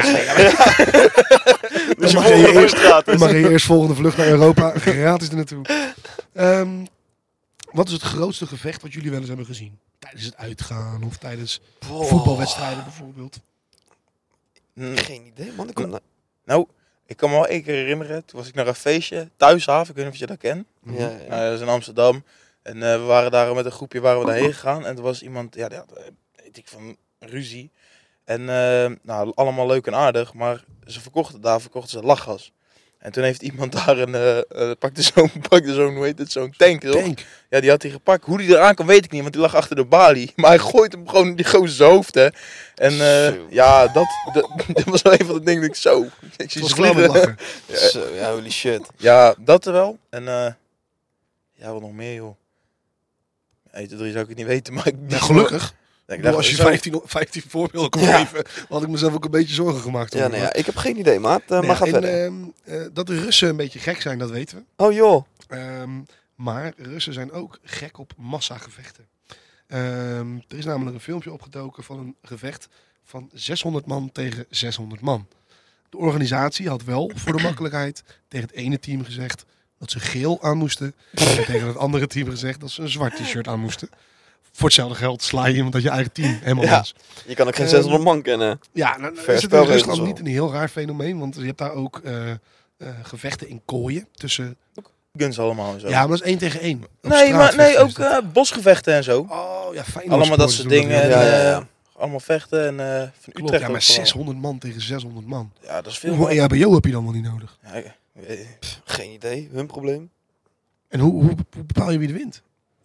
[SPEAKER 2] Dus
[SPEAKER 1] mag
[SPEAKER 2] je
[SPEAKER 1] je
[SPEAKER 2] volgende
[SPEAKER 1] eerst-
[SPEAKER 2] vlucht
[SPEAKER 1] Dan mag je eerst volgende vlucht naar Europa gratis er naartoe. Um, wat is het grootste gevecht wat jullie wel eens hebben gezien? Tijdens het uitgaan of tijdens voetbalwedstrijden bijvoorbeeld?
[SPEAKER 3] Mm,
[SPEAKER 2] Geen idee, man. Ik kom na-
[SPEAKER 3] Nou, ik kan me wel één keer herinneren. Toen was ik naar een feestje, Thuishaven. Ik weet niet of je dat kent.
[SPEAKER 2] ja, ja.
[SPEAKER 3] Nou, dat is in Amsterdam. En uh, we waren daar met een groepje waren we daarheen gegaan. En er was iemand, ja, die had, uh, weet ik van, ruzie. En uh, nou, allemaal leuk en aardig, maar ze verkochten daar, verkochten ze lachgas. En toen heeft iemand daar een, uh, uh, pakte zo'n, pakte zo'n, hoe heet het, zo'n tank, toch?
[SPEAKER 1] Tank.
[SPEAKER 3] Ja, die had hij gepakt. Hoe die eraan kwam, weet ik niet, want die lag achter de balie. Maar hij gooit hem gewoon die gozer zijn hoofd, hè. En uh, ja, dat, dat, dat was wel een van de dingen dat ik zo... Ik zie
[SPEAKER 1] was
[SPEAKER 3] ze
[SPEAKER 1] klaar met
[SPEAKER 3] vliegen.
[SPEAKER 1] lachen.
[SPEAKER 2] Ja. Zo, ja, holy shit.
[SPEAKER 3] Ja, dat er wel. En uh, ja, wat nog meer, joh. één, twee, drie zou ik het niet weten, maar ik...
[SPEAKER 1] Ja, gelukkig.
[SPEAKER 3] Ik
[SPEAKER 1] Ik
[SPEAKER 3] dacht,
[SPEAKER 1] als je
[SPEAKER 3] zo-
[SPEAKER 1] vijftien, vijftien voorbeelden kon
[SPEAKER 2] Ja.
[SPEAKER 1] geven, had ik mezelf ook een beetje zorgen gemaakt.
[SPEAKER 2] Ja,
[SPEAKER 1] hoor.
[SPEAKER 2] nou ja, ik heb geen idee, maat. Uh,
[SPEAKER 1] Nou
[SPEAKER 2] maar
[SPEAKER 1] ja,
[SPEAKER 2] ga
[SPEAKER 1] en,
[SPEAKER 2] verder.
[SPEAKER 1] ehm, eh, dat de Russen een beetje gek zijn, dat weten we.
[SPEAKER 2] Oh joh.
[SPEAKER 1] Ehm, maar Russen zijn ook gek op massagevechten. Ehm, er is namelijk een filmpje opgedoken van een gevecht van zeshonderd man tegen zeshonderd man. De organisatie had wel voor de makkelijkheid tegen het ene team gezegd dat ze geel aan moesten. En tegen het andere team gezegd dat ze een zwart t-shirt aan moesten. Voor hetzelfde geld sla je iemand uit je eigen team helemaal
[SPEAKER 2] Ja.
[SPEAKER 1] los.
[SPEAKER 2] Je kan ook geen
[SPEAKER 1] Ehm,
[SPEAKER 2] zeshonderd man kennen.
[SPEAKER 1] Ja, nou, nou
[SPEAKER 2] Fair
[SPEAKER 1] is het in
[SPEAKER 2] spelregels
[SPEAKER 1] Rusland
[SPEAKER 2] wel.
[SPEAKER 1] niet een heel raar fenomeen. Want je hebt daar ook eh, eh, gevechten in kooien tussen...
[SPEAKER 3] guns allemaal en zo.
[SPEAKER 1] Ja, maar dat is één tegen één. Op
[SPEAKER 3] nee, maar nee,
[SPEAKER 1] straatvechten
[SPEAKER 3] ook
[SPEAKER 1] is dat.
[SPEAKER 3] uh, bosgevechten en zo.
[SPEAKER 1] Oh, ja, fijn.
[SPEAKER 3] Allemaal dat soort dingen. En,
[SPEAKER 2] Ja, ja,
[SPEAKER 3] uh,
[SPEAKER 2] ja.
[SPEAKER 3] allemaal vechten en uh, van
[SPEAKER 1] Klopt,
[SPEAKER 3] Utrecht
[SPEAKER 1] ja, maar
[SPEAKER 3] ook vooral.
[SPEAKER 1] zeshonderd man tegen zeshonderd man.
[SPEAKER 3] Ja, dat is veel.
[SPEAKER 1] Hoeveel
[SPEAKER 3] man.
[SPEAKER 1] E H B O heb je dan wel niet nodig?
[SPEAKER 3] Ja, ik- eh,
[SPEAKER 2] Geen idee. Hun probleem.
[SPEAKER 1] En hoe, hoe, hoe bepaal je wie er wint?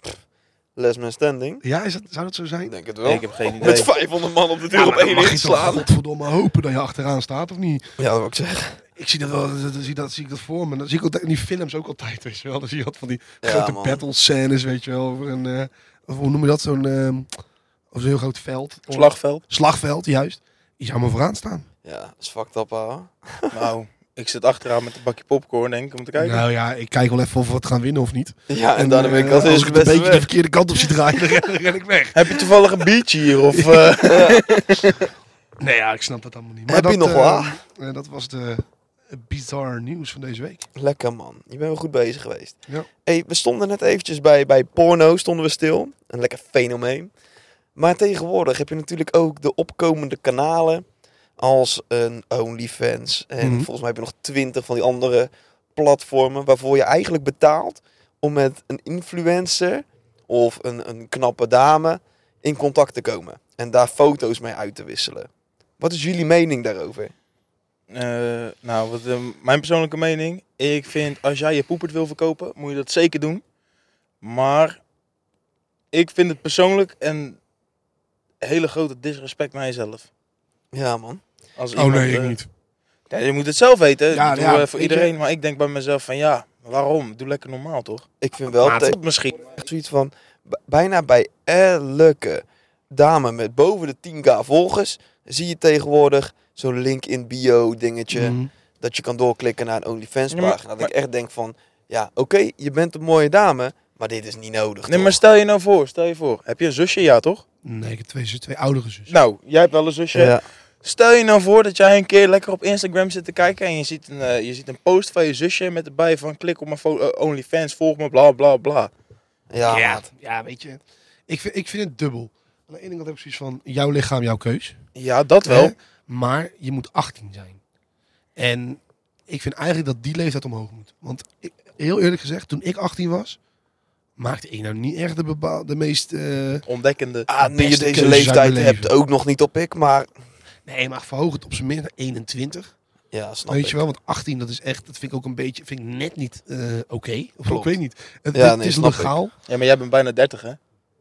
[SPEAKER 2] Last man standing.
[SPEAKER 1] Ja, is dat, zou dat zo zijn?
[SPEAKER 2] Ik denk het wel.
[SPEAKER 3] ik heb geen idee.
[SPEAKER 2] Met vijfhonderd man op de deur
[SPEAKER 1] Ja,
[SPEAKER 2] op
[SPEAKER 1] maar dan
[SPEAKER 2] één
[SPEAKER 1] mag je toch
[SPEAKER 2] inslaan.
[SPEAKER 1] godverdomme hopen dat je achteraan staat, of niet?
[SPEAKER 2] Ja, dat wil ik zeggen.
[SPEAKER 1] Ik zie dat wel, dat, dat, zie, dat zie ik dat voor me. Dat zie ik altijd in die films ook altijd, weet je wel. Dan zie je wat van die
[SPEAKER 2] Ja,
[SPEAKER 1] grote
[SPEAKER 2] man.
[SPEAKER 1] battle scènes, weet je wel. Over een, eh, of hoe noem je dat? Zo'n ehm, over zo'n heel groot veld.
[SPEAKER 3] Slagveld.
[SPEAKER 1] Slagveld, juist. Die zou maar vooraan staan.
[SPEAKER 2] Ja, dat is fucked up, ouwe.
[SPEAKER 3] Nou, ik zit achteraan met een bakje popcorn, denk ik, om te kijken.
[SPEAKER 1] Nou ja, ik kijk wel even of we het gaan winnen of niet.
[SPEAKER 2] Ja, en, daarna ben ik
[SPEAKER 1] eh,
[SPEAKER 2] als
[SPEAKER 1] als
[SPEAKER 2] eerste
[SPEAKER 1] ik het een
[SPEAKER 2] beste
[SPEAKER 1] beetje de
[SPEAKER 2] weg.
[SPEAKER 1] verkeerde kant op zie draaien, dan ren, dan ren ik weg.
[SPEAKER 3] Heb je toevallig een biertje hier? Of, uh,
[SPEAKER 2] Ja.
[SPEAKER 1] Nee, ja, ik snap dat allemaal niet.
[SPEAKER 2] Heb je nog
[SPEAKER 1] eh,
[SPEAKER 2] wat?
[SPEAKER 1] eh, dat was de eh, bizarre nieuws van deze week.
[SPEAKER 2] Lekker, man. Je bent wel goed bezig geweest.
[SPEAKER 1] Ja.
[SPEAKER 2] Hey, we stonden net eventjes bij, bij porno, stonden we stil. Een lekker fenomeen. Maar tegenwoordig heb je natuurlijk ook de opkomende kanalen als een OnlyFans. En
[SPEAKER 1] Mhm.
[SPEAKER 2] volgens mij heb je nog twintig van die andere platformen waarvoor je eigenlijk betaalt om met een influencer of een, een knappe dame in contact te komen. En daar foto's mee uit te wisselen. Wat is jullie mening daarover?
[SPEAKER 3] uh, nou, wat, uh, mijn persoonlijke mening. Ik vind, als jij je poepert wil verkopen, moet je dat zeker doen. Maar ik vind het persoonlijk een hele grote disrespect naar jezelf.
[SPEAKER 2] Ja, man.
[SPEAKER 3] Als
[SPEAKER 1] Oh
[SPEAKER 3] iemand,
[SPEAKER 1] nee, ik
[SPEAKER 3] uh,
[SPEAKER 1] niet.
[SPEAKER 3] Ja, je moet het zelf weten.
[SPEAKER 1] Ja,
[SPEAKER 3] Ja, doe,
[SPEAKER 1] ja,
[SPEAKER 3] uh, voor
[SPEAKER 1] weet je-
[SPEAKER 3] iedereen. Maar ik denk bij mezelf van ja, waarom? Doe lekker normaal, toch?
[SPEAKER 2] Ik vind wel
[SPEAKER 1] Maar
[SPEAKER 2] te-
[SPEAKER 3] Misschien.
[SPEAKER 2] echt zoiets van b- bijna bij elke dame met boven de tien k volgers zie je tegenwoordig zo'n link in bio dingetje
[SPEAKER 1] Mhm.
[SPEAKER 2] dat je kan doorklikken naar een OnlyFans
[SPEAKER 3] Ja, maar-
[SPEAKER 2] pagina. Dat ik echt denk van ja, oké, je bent een mooie dame, maar dit is niet nodig.
[SPEAKER 3] Nee,
[SPEAKER 2] toch?
[SPEAKER 3] maar stel je nou voor, stel je voor. Heb je een zusje? Ja, toch?
[SPEAKER 1] Nee, ik heb twee, zus- twee oudere zussen.
[SPEAKER 3] Nou, jij hebt wel een zusje.
[SPEAKER 2] ja.
[SPEAKER 3] Stel je nou voor dat jij een keer lekker op Instagram zit te kijken en je ziet een, uh, je ziet een post van je zusje met erbij van klik op mijn fo- uh, OnlyFans, volg me, bla bla bla.
[SPEAKER 2] Ja,
[SPEAKER 1] ja,
[SPEAKER 2] maat.
[SPEAKER 1] ja, weet je. Ik vind, ik vind het dubbel. Aan de ene kant heb ik zoiets van, jouw lichaam, jouw keus.
[SPEAKER 3] Ja, dat wel.
[SPEAKER 1] Hè? Maar je moet achttien zijn. En ik vind eigenlijk dat die leeftijd omhoog moet. Want ik, heel eerlijk gezegd, toen ik achttien was, maakte ik nou niet echt de, bepaal, de meest... eh,
[SPEAKER 3] Ontdekkende.
[SPEAKER 2] Ah, nu je
[SPEAKER 1] beste
[SPEAKER 2] deze
[SPEAKER 1] keuzes uit
[SPEAKER 2] leeftijd
[SPEAKER 1] mijn
[SPEAKER 2] hebt,
[SPEAKER 1] leven.
[SPEAKER 2] ook nog niet op ik, maar
[SPEAKER 1] Nee, maar verhoog het op zijn minst naar eenentwintig.
[SPEAKER 2] ja, snap
[SPEAKER 1] Weet
[SPEAKER 2] ik.
[SPEAKER 1] je wel, want achttien, dat is echt, dat vind ik ook een beetje, vind ik net niet eh, oké. Of
[SPEAKER 2] Klopt.
[SPEAKER 1] ik weet niet. Het,
[SPEAKER 2] Ja,
[SPEAKER 1] het
[SPEAKER 2] nee,
[SPEAKER 1] is
[SPEAKER 2] snap ik.
[SPEAKER 1] legaal.
[SPEAKER 3] Ja, maar jij bent bijna dertig, hè?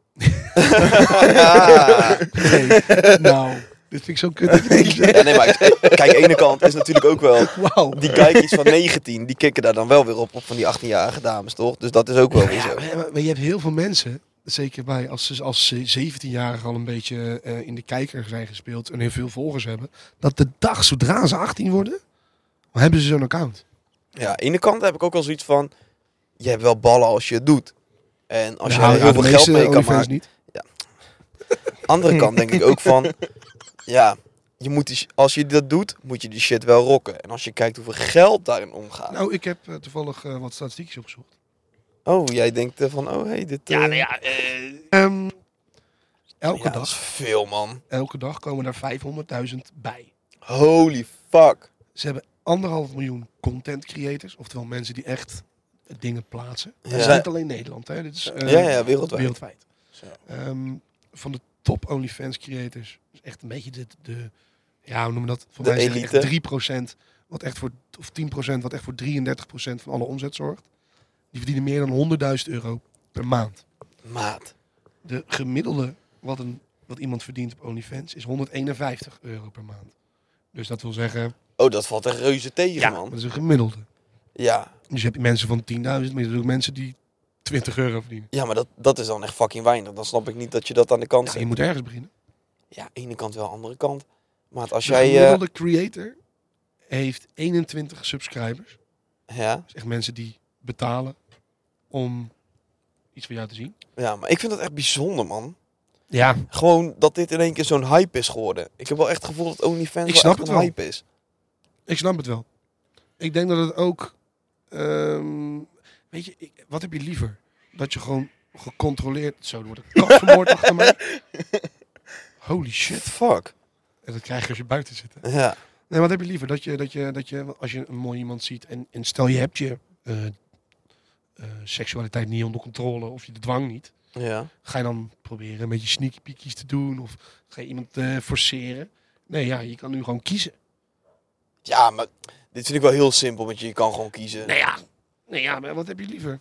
[SPEAKER 2] Ja.
[SPEAKER 1] Nee, nou, dit vind ik zo kut. dat je dat niet zegt.
[SPEAKER 2] Ja, nee, maar kijk, aan de ene kant is natuurlijk ook wel
[SPEAKER 1] Wauw.
[SPEAKER 2] die kijkers van negentien, die kikken daar dan wel weer op, op van die achttienjarige dames, toch? Dus dat is ook wel weer
[SPEAKER 1] Ja,
[SPEAKER 2] zo.
[SPEAKER 1] maar, maar- maar je hebt heel veel mensen, zeker bij als ze als ze zeventienjarigen al een beetje eh, in de kijker zijn gespeeld en heel veel volgers hebben, dat de dag zodra ze achttien worden, dan hebben ze zo'n account.
[SPEAKER 2] Ja, aan de ene kant heb ik ook wel zoiets van, je hebt wel ballen als je het doet. En als je
[SPEAKER 1] Nou,
[SPEAKER 2] er
[SPEAKER 1] ja,
[SPEAKER 2] heel
[SPEAKER 1] de
[SPEAKER 2] veel
[SPEAKER 1] meeste
[SPEAKER 2] geld mee kan
[SPEAKER 1] OnlyFans
[SPEAKER 2] maken.
[SPEAKER 1] niet.
[SPEAKER 2] Andere kant denk ik ook van, ja, je moet die, als je dat doet, moet je die shit wel rocken. En als je kijkt hoeveel geld daarin omgaat.
[SPEAKER 1] Nou, ik heb eh, toevallig eh, wat statistiekjes opgezocht.
[SPEAKER 2] Oh, jij denkt eh, van, oh hey, dit... eh,
[SPEAKER 1] Ehm, elke,
[SPEAKER 2] ja, dat
[SPEAKER 1] dag,
[SPEAKER 2] is veel, man.
[SPEAKER 1] elke dag komen daar vijfhonderdduizend bij.
[SPEAKER 2] Holy fuck.
[SPEAKER 1] Ze hebben anderhalf miljoen content creators, oftewel mensen die echt dingen plaatsen.
[SPEAKER 2] Ja.
[SPEAKER 1] Dat is niet alleen Nederland, hè. Dit is uh,
[SPEAKER 2] Ja, ja, wereldwijd.
[SPEAKER 1] wereldwijd.
[SPEAKER 3] Zo.
[SPEAKER 1] Um, van de top OnlyFans creators. Dus echt een beetje de, de ja, hoe noemen we dat? Voor
[SPEAKER 2] De
[SPEAKER 1] mij zeggen
[SPEAKER 2] elite.
[SPEAKER 1] echt drie procent, wat echt voor, of tien procent, wat echt voor drieëndertig procent van alle omzet zorgt. Die verdienen meer dan honderdduizend euro per maand.
[SPEAKER 2] Maat.
[SPEAKER 1] De gemiddelde wat, een, wat iemand verdient op OnlyFans is honderdeenenvijftig euro per maand. Dus dat wil zeggen,
[SPEAKER 2] Oh, dat valt echt reuze tegen,
[SPEAKER 1] ja,
[SPEAKER 2] man.
[SPEAKER 1] dat is een gemiddelde.
[SPEAKER 2] Ja.
[SPEAKER 1] Dus je hebt mensen van tienduizend, maar je hebt ook mensen die twintig euro verdienen.
[SPEAKER 2] Ja, maar dat, dat is dan echt fucking weinig. Dan snap ik niet dat je dat aan de kant
[SPEAKER 1] Ja,
[SPEAKER 2] zet.
[SPEAKER 1] je moet ergens beginnen.
[SPEAKER 2] Ja, ene kant wel, andere kant. Maar als
[SPEAKER 1] De
[SPEAKER 2] jij... eh,
[SPEAKER 1] gemiddelde creator heeft eenentwintig subscribers.
[SPEAKER 2] ja,
[SPEAKER 1] Dus echt mensen die betalen om iets van jou te zien.
[SPEAKER 2] ja, maar ik vind dat echt bijzonder, man.
[SPEAKER 1] Ja,
[SPEAKER 2] Gewoon dat dit in één keer zo'n hype is geworden. Ik heb wel echt het gevoel dat OnlyFans
[SPEAKER 1] Ik
[SPEAKER 2] wel
[SPEAKER 1] snap
[SPEAKER 2] echt
[SPEAKER 1] het
[SPEAKER 2] een
[SPEAKER 1] wel.
[SPEAKER 2] hype is.
[SPEAKER 1] ik snap het wel. Ik denk dat het ook... ehm, weet je, ik- wat heb je liever? Dat je gewoon gecontroleerd... Zo, er wordt een kat vermoord achter mij. Holy shit.
[SPEAKER 2] Fuck.
[SPEAKER 1] En dat krijg je als je buiten zit. Hè?
[SPEAKER 2] Ja.
[SPEAKER 1] Nee, wat heb je liever? Dat je, dat je, dat je als je een mooi iemand ziet en, en stel je hebt je eh, eh, seksualiteit niet onder controle of je de dwang niet.
[SPEAKER 2] Ja.
[SPEAKER 1] Ga je dan proberen een beetje sneaky peekies te doen of ga je iemand eh, forceren? Nee, ja, je kan nu gewoon kiezen.
[SPEAKER 2] Ja, maar dit vind ik wel heel simpel, want je kan gewoon kiezen.
[SPEAKER 1] Nee, ja. Nee, ja, maar wat heb je liever?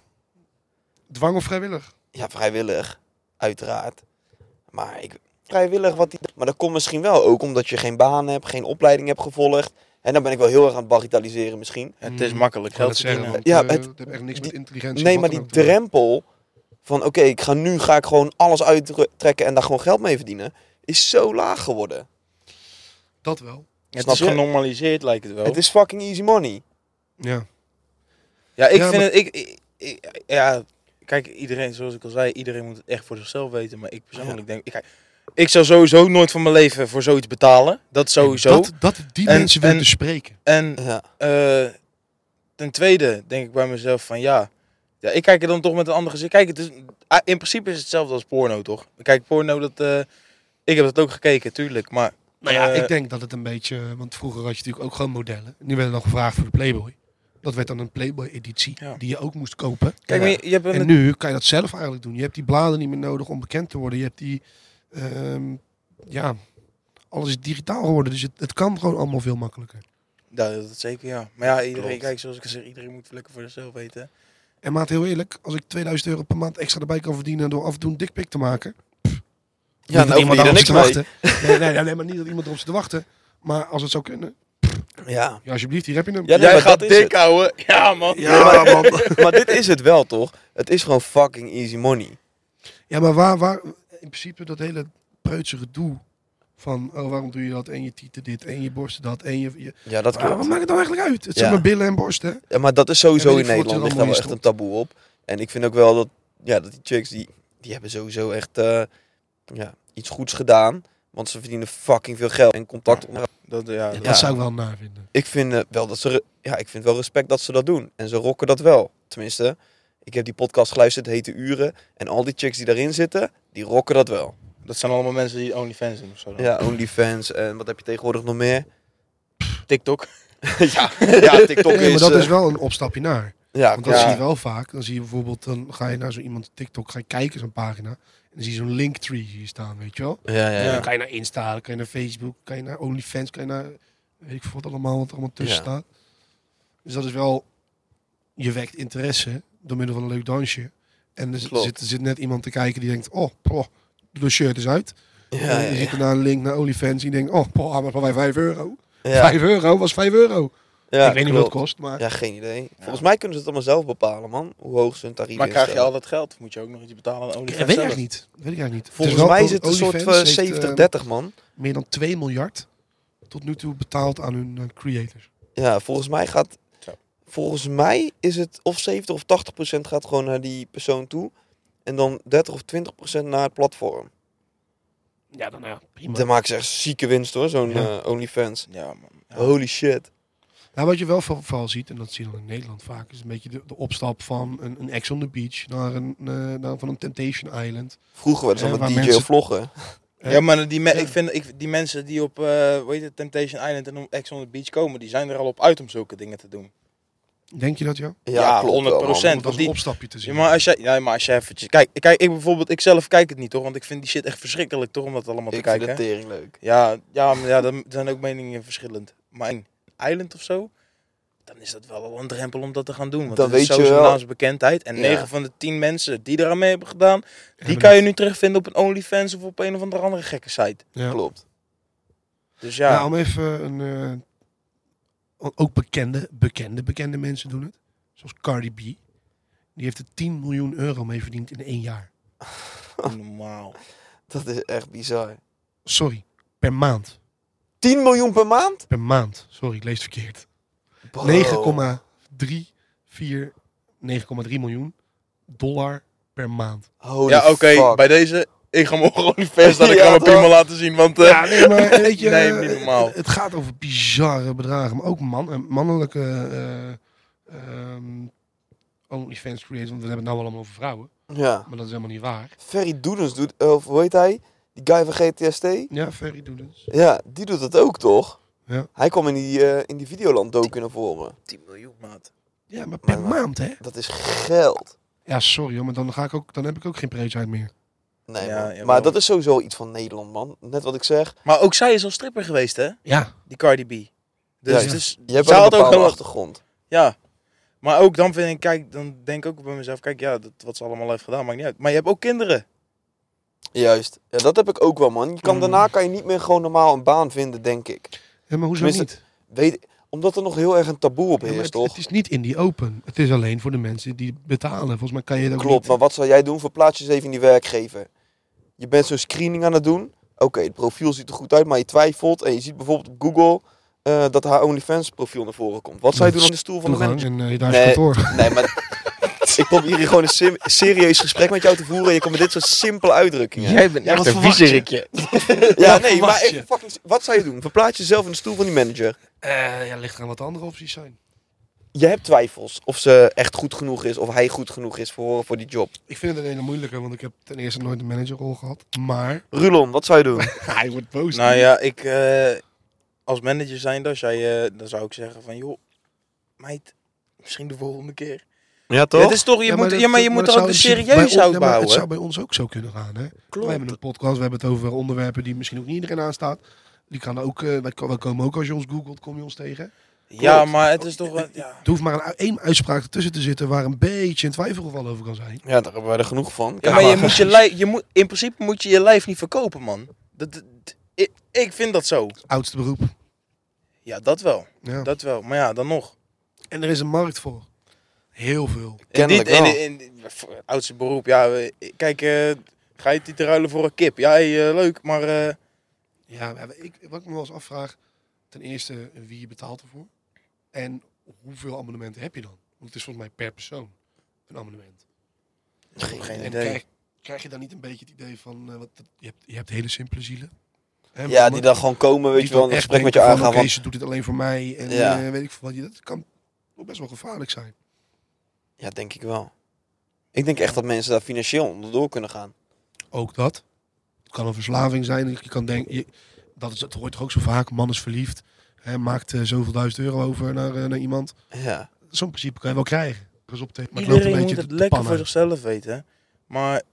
[SPEAKER 1] Dwang of vrijwillig?
[SPEAKER 2] Ja, vrijwillig. Uiteraard. Maar ik... Vrijwillig wat die... Maar dat komt misschien wel ook omdat je geen baan hebt, geen opleiding hebt gevolgd. En dan ben ik wel heel erg aan het bagatelliseren misschien.
[SPEAKER 3] Het is
[SPEAKER 1] Mm,
[SPEAKER 3] makkelijk
[SPEAKER 1] Ik wou
[SPEAKER 3] geld
[SPEAKER 1] net
[SPEAKER 3] verdienen.
[SPEAKER 1] zeggen, want,
[SPEAKER 2] Ja,
[SPEAKER 1] eh,
[SPEAKER 2] het-
[SPEAKER 1] het heeft echt niks met
[SPEAKER 2] die-
[SPEAKER 1] intelligentie.
[SPEAKER 2] Nee,
[SPEAKER 1] of
[SPEAKER 2] maar
[SPEAKER 1] wat
[SPEAKER 2] die
[SPEAKER 1] dan ook te maken.
[SPEAKER 2] drempel van oké, ik ga nu ga ik gewoon alles uittrekken en daar gewoon geld mee verdienen, is zo laag geworden.
[SPEAKER 1] Dat wel.
[SPEAKER 3] Het
[SPEAKER 2] Snap
[SPEAKER 3] is
[SPEAKER 2] je?
[SPEAKER 3] genormaliseerd, lijkt het wel.
[SPEAKER 2] Het is fucking easy money.
[SPEAKER 1] Ja.
[SPEAKER 3] Ja, ik
[SPEAKER 1] Ja,
[SPEAKER 3] vind
[SPEAKER 1] maar-
[SPEAKER 3] het... Ik, ik, ik- ja, kijk, iedereen, zoals ik al zei, iedereen moet het echt voor zichzelf weten. Maar ik persoonlijk denk... Ik, kijk, ik zou sowieso nooit van mijn leven voor zoiets betalen. Dat sowieso.
[SPEAKER 1] Dat, dat, die
[SPEAKER 3] En-
[SPEAKER 1] mensen willen
[SPEAKER 3] en-
[SPEAKER 1] dus spreken.
[SPEAKER 3] En
[SPEAKER 2] Ja.
[SPEAKER 3] eh, ten tweede denk ik bij mezelf van ja... Ja, ik kijk er dan toch met een ander gezicht. Kijk, het is, ah, in principe is het hetzelfde als porno, toch? Kijk, porno, dat... eh, ik heb dat ook gekeken, tuurlijk. Maar
[SPEAKER 1] Nou ja,
[SPEAKER 3] eh,
[SPEAKER 1] ik denk dat het een beetje... Want vroeger had je natuurlijk ook gewoon modellen. Nu werden dan gevraagd voor de Playboy. Dat werd dan een Playboy-editie
[SPEAKER 3] Ja.
[SPEAKER 1] die je ook moest kopen.
[SPEAKER 3] Kijk,
[SPEAKER 2] Ja.
[SPEAKER 3] maar je, je hebt een...
[SPEAKER 1] En nu kan je dat zelf eigenlijk doen. Je hebt die bladen niet meer nodig om bekend te worden. Je hebt die... ehm, ja, alles is digitaal geworden. Dus het, het kan gewoon allemaal veel makkelijker.
[SPEAKER 3] Ja, dat is zeker, ja. Maar ja, iedereen,
[SPEAKER 2] Klopt.
[SPEAKER 3] kijk, zoals ik al zeg, iedereen moet lekker voor zichzelf weten.
[SPEAKER 1] En maat, heel eerlijk, als ik tweeduizend euro per maand extra erbij kan verdienen door af en toe een dikpik te maken.
[SPEAKER 2] Ja,
[SPEAKER 1] niet
[SPEAKER 2] nou
[SPEAKER 1] dat
[SPEAKER 2] verdien je er
[SPEAKER 1] iemand
[SPEAKER 2] niks
[SPEAKER 1] daarop
[SPEAKER 2] mee.
[SPEAKER 1] zit te wachten. Nee, nee, nee, maar niet dat iemand erop zit te wachten. Maar als het zou kunnen,
[SPEAKER 2] Ja.
[SPEAKER 1] ja, alsjeblieft, hier heb je hem.
[SPEAKER 2] Ja, nee,
[SPEAKER 3] Jij
[SPEAKER 2] maar
[SPEAKER 3] gaat
[SPEAKER 2] dat is
[SPEAKER 3] dik
[SPEAKER 2] het.
[SPEAKER 3] houden. Ja, man.
[SPEAKER 1] Ja, man.
[SPEAKER 2] Maar dit is het wel, toch? Het is gewoon fucking easy money.
[SPEAKER 1] Ja, maar waar, waar, in principe dat hele preutse gedoe van, oh, waarom doe je dat? En je tieten dit, en je borsten dat, en je... je
[SPEAKER 2] Ja, dat
[SPEAKER 1] Ah, wat
[SPEAKER 2] klopt.
[SPEAKER 1] maakt het nou eigenlijk uit? Het
[SPEAKER 2] Ja.
[SPEAKER 1] zijn maar billen en borsten. hè?
[SPEAKER 2] Ja, maar dat is sowieso
[SPEAKER 1] En weet
[SPEAKER 2] in
[SPEAKER 1] ik veel wat
[SPEAKER 2] Nederland
[SPEAKER 1] er
[SPEAKER 2] ligt daar wel
[SPEAKER 1] allemaal
[SPEAKER 2] echt
[SPEAKER 1] in
[SPEAKER 2] een taboe op. En ik vind ook wel dat, ja, dat die chicks, die, die hebben sowieso echt eh, ja, iets goeds gedaan. Want ze verdienen fucking veel geld en contact. onder-
[SPEAKER 3] Dat, ja,
[SPEAKER 1] Ja,
[SPEAKER 3] dat-
[SPEAKER 1] dat zou ik wel naar vinden.
[SPEAKER 2] Ik vind eh, wel dat ze, re- ja, ik vind wel respect dat ze dat doen. En ze rocken dat wel. Tenminste, ik heb die podcast geluisterd, het heette Uren. En al die chicks die daarin zitten, die rocken dat wel.
[SPEAKER 3] dat zijn allemaal mensen die OnlyFans doen of zo. dan.
[SPEAKER 2] Ja, OnlyFans en wat heb je tegenwoordig nog meer?
[SPEAKER 3] TikTok.
[SPEAKER 2] ja, ja, TikTok
[SPEAKER 1] Nee, maar
[SPEAKER 2] is...
[SPEAKER 1] dat
[SPEAKER 2] eh,
[SPEAKER 1] is wel een opstapje naar.
[SPEAKER 2] ja,
[SPEAKER 1] Want dat
[SPEAKER 3] Ja.
[SPEAKER 1] zie je wel vaak. Dan zie je bijvoorbeeld, dan ga je naar zo iemand TikTok, ga je kijken zo'n pagina. En dan zie je zo'n linktree hier staan, weet je wel.
[SPEAKER 2] ja, ja,
[SPEAKER 3] Ja.
[SPEAKER 2] ja.
[SPEAKER 1] Dan kan je naar Insta, dan kan je naar Facebook, kan je naar OnlyFans, kan je naar, weet ik veel wat allemaal, wat er allemaal tussen
[SPEAKER 2] Ja.
[SPEAKER 1] staat. Dus dat is wel, je wekt interesse door middel van een leuk dansje. En er zit,
[SPEAKER 2] Klopt.
[SPEAKER 1] zit, er zit net iemand te kijken die denkt, oh, poh, doe de shirt eens uit.
[SPEAKER 2] Ja,
[SPEAKER 1] en
[SPEAKER 2] ja,
[SPEAKER 1] je
[SPEAKER 2] ja.
[SPEAKER 1] ziet daarna een link naar OnlyFans die denkt, oh, poh, maar voor mij vijf euro.
[SPEAKER 2] Ja,
[SPEAKER 1] vijf euro was vijf euro.
[SPEAKER 2] ja,
[SPEAKER 1] ik weet niet wat het
[SPEAKER 2] klopt.
[SPEAKER 1] kost, maar...
[SPEAKER 2] Ja, geen idee. Volgens mij kunnen ze het allemaal zelf bepalen, man. Hoe hoog ze hun tarief
[SPEAKER 3] Maar krijg je
[SPEAKER 2] instellen.
[SPEAKER 3] al dat geld? Of moet je ook nog iets betalen aan
[SPEAKER 1] dat
[SPEAKER 3] OnlyFans
[SPEAKER 1] weet ik
[SPEAKER 3] zelf?
[SPEAKER 1] eigenlijk niet. Dat weet ik eigenlijk niet.
[SPEAKER 2] Volgens
[SPEAKER 1] Het is wel-
[SPEAKER 2] mij is het een soort
[SPEAKER 1] OnlyFans
[SPEAKER 2] van
[SPEAKER 1] heeft,
[SPEAKER 2] zeventig
[SPEAKER 1] eh,
[SPEAKER 2] dertig, man.
[SPEAKER 1] meer dan twee miljard tot nu toe betaald aan hun eh, creators.
[SPEAKER 2] Ja, volgens mij gaat...
[SPEAKER 3] Zo.
[SPEAKER 2] Volgens mij is het of zeventig of tachtig procent gaat gewoon naar die persoon toe. En dan dertig of twintig procent naar het platform.
[SPEAKER 1] Ja, dan ja, prima.
[SPEAKER 2] Dan maken ze echt zieke winst, hoor, zo'n
[SPEAKER 1] Ja.
[SPEAKER 2] eh, OnlyFans.
[SPEAKER 3] Ja, man. Ja.
[SPEAKER 2] Holy shit.
[SPEAKER 1] Nou, wat je wel voor- vooral ziet, en dat zie je dan in Nederland vaak, is een beetje de, de opstap van een, een Ex on the Beach naar een, eh, naar, van een Temptation Island.
[SPEAKER 2] Vroeger werden ze
[SPEAKER 1] Ja,
[SPEAKER 2] allemaal
[SPEAKER 1] waar
[SPEAKER 2] D J
[SPEAKER 1] mensen-
[SPEAKER 2] of vloggen.
[SPEAKER 1] Eh,
[SPEAKER 3] Ja, maar die, me-
[SPEAKER 1] Ja.
[SPEAKER 3] ik vind ik, die mensen die op uh, hoe heet het, Temptation Island en op Ex on the Beach komen, die zijn er al op uit om zulke dingen te doen.
[SPEAKER 1] Denk je dat, ja?
[SPEAKER 3] Ja,
[SPEAKER 2] klopt
[SPEAKER 3] honderd
[SPEAKER 2] wel, man.
[SPEAKER 3] procent.
[SPEAKER 1] Om dat als
[SPEAKER 3] die-
[SPEAKER 1] een opstapje te zien.
[SPEAKER 3] Ja, maar als jij, ja, maar als jij eventjes... Kijk, kijk, ik bijvoorbeeld, ik zelf kijk het niet, toch? Want ik vind die shit echt verschrikkelijk, toch? Om dat allemaal te
[SPEAKER 2] Ik vind
[SPEAKER 3] kijken.
[SPEAKER 2] het tering leuk.
[SPEAKER 3] Ja, ja, maar ja, dan zijn ook meningen verschillend. Maar een eiland of zo, dan is dat wel al een drempel om dat te gaan doen. Want
[SPEAKER 2] Dan
[SPEAKER 3] dat is
[SPEAKER 2] weet je
[SPEAKER 3] sowieso
[SPEAKER 2] wel-
[SPEAKER 3] naamsbekendheid. En
[SPEAKER 2] Ja.
[SPEAKER 3] negen van de tien mensen die eraan mee hebben gedaan, die
[SPEAKER 1] Hebben
[SPEAKER 3] kan je
[SPEAKER 1] dat.
[SPEAKER 3] nu terugvinden op een OnlyFans of op een of andere andere gekke site.
[SPEAKER 1] Ja.
[SPEAKER 2] Klopt.
[SPEAKER 3] Dus
[SPEAKER 1] Ja.
[SPEAKER 3] ja,
[SPEAKER 1] om even een... eh, ook bekende, bekende, bekende mensen doen het. Zoals Cardi B. Die heeft er tien miljoen euro mee verdiend in één jaar.
[SPEAKER 3] normaal.
[SPEAKER 2] Dat is echt bizar.
[SPEAKER 1] Sorry, per maand.
[SPEAKER 2] tien miljoen per maand?
[SPEAKER 1] Per maand. Sorry, ik lees het verkeerd.
[SPEAKER 2] Bro.
[SPEAKER 1] negen komma drie vier, negen komma drie miljoen dollar per maand.
[SPEAKER 2] Holy
[SPEAKER 3] Ja, oké,
[SPEAKER 2] fuck.
[SPEAKER 3] bij deze, ik ga morgen OnlyFans, dat ik
[SPEAKER 2] Ja,
[SPEAKER 3] ga mijn
[SPEAKER 2] toch?
[SPEAKER 3] prima laten zien, want... eh,
[SPEAKER 1] Ja, nee, maar weet je,
[SPEAKER 3] Nee,
[SPEAKER 1] eh,
[SPEAKER 3] niet normaal.
[SPEAKER 1] Het gaat over bizarre bedragen, maar ook man, eh, mannelijke eh ehm OnlyFans creators, want we hebben het nou allemaal over vrouwen,
[SPEAKER 2] Ja.
[SPEAKER 1] maar dat is helemaal niet waar.
[SPEAKER 2] Ferry Doedens doet, eh, of hoe heet hij? Die guy van G T S T?
[SPEAKER 1] Ja, Ferry doet het.
[SPEAKER 2] Ja, die doet dat ook, toch?
[SPEAKER 1] Ja.
[SPEAKER 2] Hij kwam in die, eh, in die Videoland docu naar voren.
[SPEAKER 3] tien miljoen, maat.
[SPEAKER 1] Ja, maar per
[SPEAKER 2] Maar- maar-
[SPEAKER 1] maand, hè?
[SPEAKER 2] Dat is geld.
[SPEAKER 1] Ja, sorry hoor, maar dan, ga ik ook, dan heb ik ook geen preetsheid meer.
[SPEAKER 2] Nee,
[SPEAKER 3] Ja,
[SPEAKER 2] man.
[SPEAKER 3] jawel.
[SPEAKER 2] Maar dat is sowieso iets van Nederland, man. Net wat ik zeg.
[SPEAKER 3] Maar ook zij is al stripper geweest, hè?
[SPEAKER 1] Ja,
[SPEAKER 3] Die Cardi B. Dus,
[SPEAKER 2] Ja,
[SPEAKER 3] dus
[SPEAKER 2] Je hebt
[SPEAKER 3] zij
[SPEAKER 2] wel een
[SPEAKER 3] had ook
[SPEAKER 2] bepaalde
[SPEAKER 3] wel...
[SPEAKER 2] achtergrond.
[SPEAKER 3] Ja. Maar ook dan vind ik, kijk, dan denk ik ook bij mezelf, kijk, ja, dat, wat ze allemaal heeft gedaan, maakt niet uit. Maar je hebt ook kinderen.
[SPEAKER 2] Juist. Ja, dat heb ik ook wel, man. Je kan,
[SPEAKER 1] Mm.
[SPEAKER 2] Daarna kan je niet meer gewoon normaal een baan vinden, denk ik.
[SPEAKER 1] ja maar hoezo
[SPEAKER 2] Tenminste,
[SPEAKER 1] niet?
[SPEAKER 2] Weet, omdat er nog heel erg een taboe op
[SPEAKER 1] Ja, maar
[SPEAKER 2] heerst,
[SPEAKER 1] het,
[SPEAKER 2] toch?
[SPEAKER 1] het is niet in die open. Het is alleen voor de mensen die betalen. Volgens mij kan je het ook
[SPEAKER 2] Klopt,
[SPEAKER 1] niet.
[SPEAKER 2] maar wat zou jij doen? Verplaats je eens even in die werkgever. Je bent zo'n screening aan het doen. Oké, het profiel ziet er goed uit, maar je twijfelt. En je ziet bijvoorbeeld op Google eh, dat haar OnlyFans profiel naar voren komt. Wat zou je doen aan de stoel van de
[SPEAKER 1] Toegang
[SPEAKER 2] manager?
[SPEAKER 1] en uh, daar is
[SPEAKER 2] Nee.
[SPEAKER 1] kantoor.
[SPEAKER 2] Nee, maar ik probeer hier gewoon een sim- serieus gesprek met jou te voeren. En je komt met dit soort simpele uitdrukkingen.
[SPEAKER 3] Jij bent
[SPEAKER 1] Ja,
[SPEAKER 3] echt
[SPEAKER 1] wat
[SPEAKER 3] een
[SPEAKER 1] verwacht je?
[SPEAKER 3] viezerikje.
[SPEAKER 2] Ja,
[SPEAKER 1] Wat
[SPEAKER 2] nee,
[SPEAKER 1] verwacht
[SPEAKER 2] maar
[SPEAKER 1] je?
[SPEAKER 2] even fucking, wat zou je doen? Verplaats jezelf in de stoel van die manager.
[SPEAKER 1] Eh, ja, ligt eraan wat de andere opties zijn.
[SPEAKER 2] Je hebt twijfels of ze echt goed genoeg is, of hij goed genoeg is voor, voor die job.
[SPEAKER 1] Ik vind het een hele moeilijke, want ik heb ten eerste nooit een managerrol gehad. Maar
[SPEAKER 2] Rulon, wat zou je doen?
[SPEAKER 1] hij wordt boos.
[SPEAKER 3] Nou ja, ik, eh, als manager zijnde, als jij, eh, dan zou ik zeggen van, joh, meid, misschien de volgende keer.
[SPEAKER 2] Ja,
[SPEAKER 3] Ja, het is toch, je
[SPEAKER 1] Ja, maar
[SPEAKER 3] moet,
[SPEAKER 1] dat-
[SPEAKER 3] ja, maar je
[SPEAKER 1] maar
[SPEAKER 3] moet
[SPEAKER 1] dat
[SPEAKER 3] er ook
[SPEAKER 1] zou
[SPEAKER 3] de
[SPEAKER 1] in principe bij
[SPEAKER 3] serieus
[SPEAKER 1] ons- ja, maar
[SPEAKER 3] uitbouwen.
[SPEAKER 1] Het zou bij ons ook zo kunnen gaan, hè?
[SPEAKER 3] Klopt.
[SPEAKER 1] We hebben een podcast, we hebben het over onderwerpen die misschien ook niet iedereen aanstaat. Die kan ook, uh, wij, wij komen ook als je ons googelt, kom je ons tegen.
[SPEAKER 3] Ja,
[SPEAKER 2] Klopt.
[SPEAKER 3] maar het is toch wel, ja.
[SPEAKER 1] Er hoeft maar een, één uitspraak ertussen te zitten waar een beetje een twijfelgeval over kan zijn.
[SPEAKER 2] Ja, daar hebben wij er genoeg van.
[SPEAKER 3] Ja, maar je moet je lijf, je moet, in principe moet je je lijf niet verkopen, man. Dat, dat- ik, ik vind dat zo.
[SPEAKER 1] Oudste beroep.
[SPEAKER 3] Ja, dat wel.
[SPEAKER 1] Ja.
[SPEAKER 3] Dat wel. Maar ja, dan nog.
[SPEAKER 1] En er is een markt voor. Heel veel.
[SPEAKER 2] Kennelijk
[SPEAKER 3] in,
[SPEAKER 2] wel.
[SPEAKER 3] in, in, in- voor het oudste beroep, ja. we- Kijk, eh, ga je het te ruilen voor een kip? Ja, hey, eh, leuk, maar... eh,
[SPEAKER 1] Ja, maar ik, wat ik me wel eens afvraag, ten eerste wie je betaalt ervoor. En hoeveel abonnementen heb je dan? Want het is volgens mij per persoon een abonnement.
[SPEAKER 3] Geen
[SPEAKER 1] en
[SPEAKER 3] idee.
[SPEAKER 1] Krijg, krijg je dan niet een beetje het idee van, eh, wat, je, hebt, je hebt hele simpele zielen. Hè,
[SPEAKER 2] Ja,
[SPEAKER 1] maar-
[SPEAKER 2] die dan gewoon komen, weet
[SPEAKER 1] die
[SPEAKER 2] je wel,
[SPEAKER 1] dan
[SPEAKER 2] een
[SPEAKER 1] echt
[SPEAKER 2] gesprek met je
[SPEAKER 1] denken van,
[SPEAKER 2] aangaan.
[SPEAKER 1] Oké,
[SPEAKER 2] Van,
[SPEAKER 1] ze doet dit alleen voor mij. En
[SPEAKER 2] Ja.
[SPEAKER 1] eh, weet ik veel wat. Dat kan ook best wel gevaarlijk zijn.
[SPEAKER 2] ja, denk ik wel. Ik denk echt dat mensen daar financieel onderdoor kunnen gaan.
[SPEAKER 1] Ook dat. Het kan een verslaving zijn. Je kan denken, je, dat, is, dat hoort toch ook zo vaak. Man is verliefd. Hè, maakt eh, zoveel duizend euro over naar, eh, naar iemand.
[SPEAKER 2] Ja.
[SPEAKER 1] Zo'n principe kan je wel krijgen. Pas op, te- maar het loopt
[SPEAKER 3] Iedereen
[SPEAKER 1] een
[SPEAKER 3] moet
[SPEAKER 1] beetje
[SPEAKER 3] het
[SPEAKER 1] te
[SPEAKER 3] lekker
[SPEAKER 1] pannen.
[SPEAKER 3] voor zichzelf weten. Maar,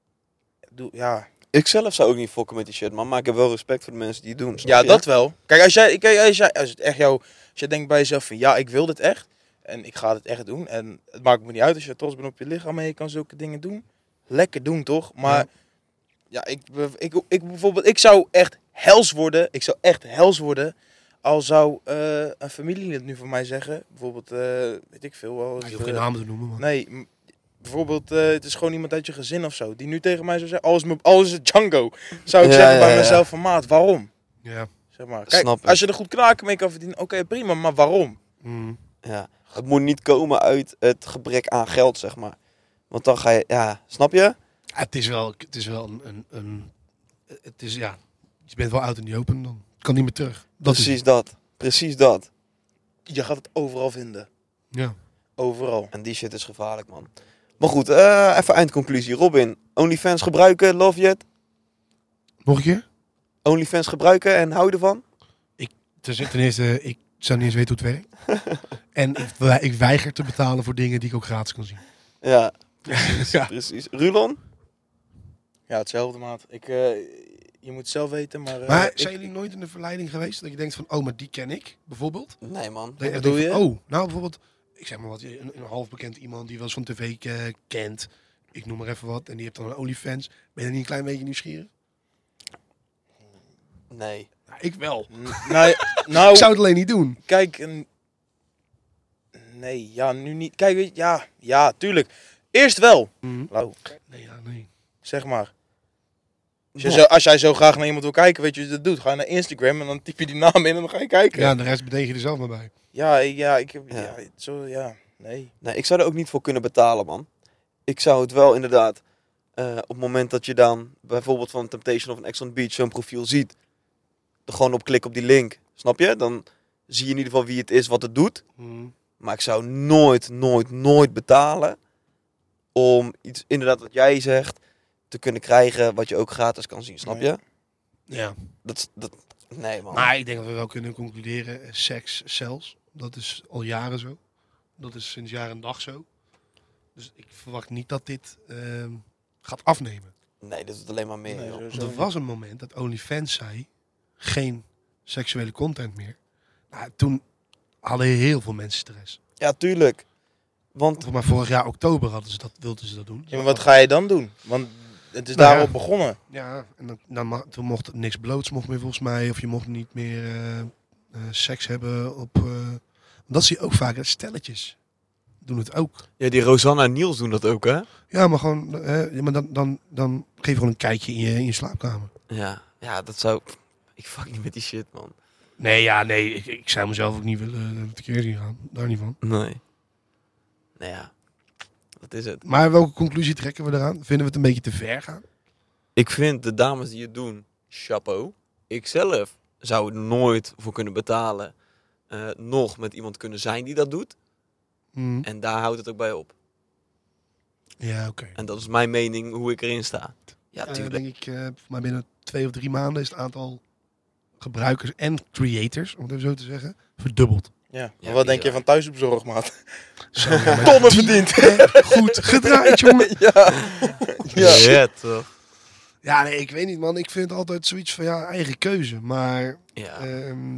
[SPEAKER 3] doe, ja.
[SPEAKER 2] Ik zelf zou ook niet fokken met die shit, man. Maar ik heb wel respect voor de mensen die het doen. snap
[SPEAKER 3] Ja,
[SPEAKER 2] je?
[SPEAKER 3] dat wel. Kijk, als jij, kijk, als jij, als het echt jou, als je denkt bij jezelf van, ja, ik wil dit echt. En ik ga het echt doen. En het maakt me niet uit als je trots bent op je lichaam en je kan zulke dingen doen. Lekker doen, toch? Maar,
[SPEAKER 1] Ja.
[SPEAKER 3] ja, ik, ik, ik, bijvoorbeeld, ik zou echt hels worden. Ik zou echt hels worden. Al zou eh, een familielid nu voor mij zeggen. Bijvoorbeeld, eh, weet ik veel wel.
[SPEAKER 1] Ja, je hoeft geen namen te noemen, man.
[SPEAKER 3] Nee, m- bijvoorbeeld, eh, het is gewoon iemand uit je gezin of zo. Die nu tegen mij zou zeggen, alles, me- alles is Django. Zou ik
[SPEAKER 2] Ja,
[SPEAKER 3] zeggen
[SPEAKER 2] ja,
[SPEAKER 3] bij
[SPEAKER 2] ja.
[SPEAKER 3] mezelf van, maat, waarom?
[SPEAKER 1] Ja.
[SPEAKER 3] Zeg maar. Kijk,
[SPEAKER 2] Snap ik.
[SPEAKER 3] als je er goed knaken mee kan verdienen, oké, prima, maar waarom?
[SPEAKER 1] Mm.
[SPEAKER 2] Ja. Het moet niet komen uit het gebrek aan geld, zeg maar. Want dan ga je, ja, snap je?
[SPEAKER 1] Ja, het is wel, het is wel een, een, een... Het is, ja... Je bent wel out in die open, dan kan niet meer terug. Dat is
[SPEAKER 2] Precies
[SPEAKER 1] het.
[SPEAKER 2] dat. Precies dat.
[SPEAKER 3] Je gaat het overal vinden.
[SPEAKER 1] Ja.
[SPEAKER 3] Overal.
[SPEAKER 2] En die shit is gevaarlijk, man. Maar goed, eh, even eindconclusie. Robin, OnlyFans gebruiken, love you it?
[SPEAKER 1] Nog een keer?
[SPEAKER 2] OnlyFans gebruiken en houden van?
[SPEAKER 1] Ten ten eerste, ik zou niet eens weten hoe het werkt. En ik, we- ik weiger te betalen voor dingen die ik ook gratis kan zien.
[SPEAKER 2] Ja, precies.
[SPEAKER 1] Ja.
[SPEAKER 2] precies. Rulon?
[SPEAKER 3] Ja, hetzelfde, maat. Ik, eh, je moet het zelf weten, maar... eh,
[SPEAKER 1] Maar
[SPEAKER 3] ik-
[SPEAKER 1] zijn jullie nooit in de verleiding geweest dat je denkt van, oh, maar die ken ik, bijvoorbeeld?
[SPEAKER 2] Nee, man.
[SPEAKER 1] Dat je echt
[SPEAKER 3] bedoel
[SPEAKER 1] denkt van,
[SPEAKER 3] je?
[SPEAKER 1] oh, nou bijvoorbeeld, ik zeg maar wat, een, een half bekend iemand die wel eens van tv eh, kent. Ik noem maar even wat. En die heeft dan een OnlyFans. Ben je dan niet een klein beetje nieuwsgierig?
[SPEAKER 2] Nee.
[SPEAKER 1] Ja, ik wel.
[SPEAKER 3] N- nou, nou
[SPEAKER 1] Ik zou het alleen niet doen.
[SPEAKER 3] kijk... Een... Nee, ja, nu niet. Kijk, weet je, ja, ja, tuurlijk. Eerst wel. Nou,
[SPEAKER 1] Nee, ja, nee.
[SPEAKER 3] zeg maar. Als, je zo, als jij zo graag naar iemand wil kijken, weet je hoe je dat doet? Ga je naar Instagram en dan typ je die naam in en dan ga je kijken.
[SPEAKER 1] Ja, de rest bedenk je er zelf maar bij.
[SPEAKER 3] ja, ik- ja, ik heb...
[SPEAKER 2] Ja.
[SPEAKER 3] Ja. zo, ja, nee.
[SPEAKER 2] Nee, ik zou er ook niet voor kunnen betalen, man. Ik zou het wel inderdaad, eh, op het moment dat je dan bijvoorbeeld van Temptation of een Ex on the Beach zo'n profiel ziet, er gewoon op klikken op die link, snap je? Dan zie je in ieder geval wie het is, wat het doet. Maar ik zou nooit, nooit, nooit betalen om iets, inderdaad wat jij zegt, te kunnen krijgen wat je ook gratis kan zien, snap
[SPEAKER 3] Nee.
[SPEAKER 2] je?
[SPEAKER 1] Ja.
[SPEAKER 2] Dat, dat, nee, man.
[SPEAKER 1] Maar ik denk dat we wel kunnen concluderen, eh, seks zelfs, dat is al jaren zo. Dat is sinds jaar en dag zo. Dus ik verwacht niet dat dit ehm, gaat afnemen.
[SPEAKER 2] Nee, dat is alleen maar meer,
[SPEAKER 3] Nee,
[SPEAKER 2] joh.
[SPEAKER 3] sowieso
[SPEAKER 1] Want er
[SPEAKER 3] niet.
[SPEAKER 1] was een moment dat OnlyFans zei, geen seksuele content meer. Nou, toen hadden heel veel mensen stress.
[SPEAKER 2] Ja, tuurlijk. Want,
[SPEAKER 1] Of maar vorig jaar oktober hadden ze dat, wilden ze dat doen.
[SPEAKER 3] Ja, maar wat ga je dan doen? Want het is
[SPEAKER 1] Nou ja.
[SPEAKER 3] daarop begonnen.
[SPEAKER 1] Ja, en dan, dan mag, toen mocht niks bloots mocht meer volgens mij. Of je mocht niet meer eh, eh, seks hebben op... eh, dat zie je ook vaak, hè, stelletjes doen het ook.
[SPEAKER 2] ja, die Rosanna en Niels doen dat ook, hè?
[SPEAKER 1] Ja, maar gewoon, eh, ja, maar dan, dan, dan geef je gewoon een kijkje in je, in je slaapkamer.
[SPEAKER 2] Ja, ja, dat zou... Ik fuck niet met die shit, man.
[SPEAKER 1] Nee, ja, nee, ik, ik zou mezelf ook niet willen uh, tekeer zien gaan. Daar niet van.
[SPEAKER 2] Nee. Nou ja, dat is het.
[SPEAKER 1] Maar welke conclusie trekken we eraan? Vinden we het een beetje te ver gaan?
[SPEAKER 2] Ik vind de dames die het doen, chapeau. Ik zelf zou er nooit voor kunnen betalen. eh, nog met iemand kunnen zijn die dat doet.
[SPEAKER 1] Mm.
[SPEAKER 2] En daar houdt het ook bij op.
[SPEAKER 1] Ja, oké.
[SPEAKER 2] En dat is mijn mening, hoe ik erin sta. Ja,
[SPEAKER 1] Ja,
[SPEAKER 2] tuurlijk.
[SPEAKER 1] denk ik, uh, maar binnen twee of drie maanden is het aantal gebruikers en creators, om het even zo te zeggen, verdubbeld.
[SPEAKER 3] Ja.
[SPEAKER 2] Ja,
[SPEAKER 3] Maar wat denk je
[SPEAKER 2] bizar.
[SPEAKER 3] van thuisbezorgd, maat?
[SPEAKER 1] Zo, ja, maar
[SPEAKER 3] Tonnen
[SPEAKER 1] die-
[SPEAKER 3] verdiend.
[SPEAKER 1] Goed gedraaid, jongen.
[SPEAKER 3] ja.
[SPEAKER 2] Ja,
[SPEAKER 3] ja.
[SPEAKER 2] toch?
[SPEAKER 1] Ja, nee, ik weet niet, man. Ik vind altijd zoiets van, ja, eigen keuze. Maar
[SPEAKER 2] Ja.
[SPEAKER 1] ehm,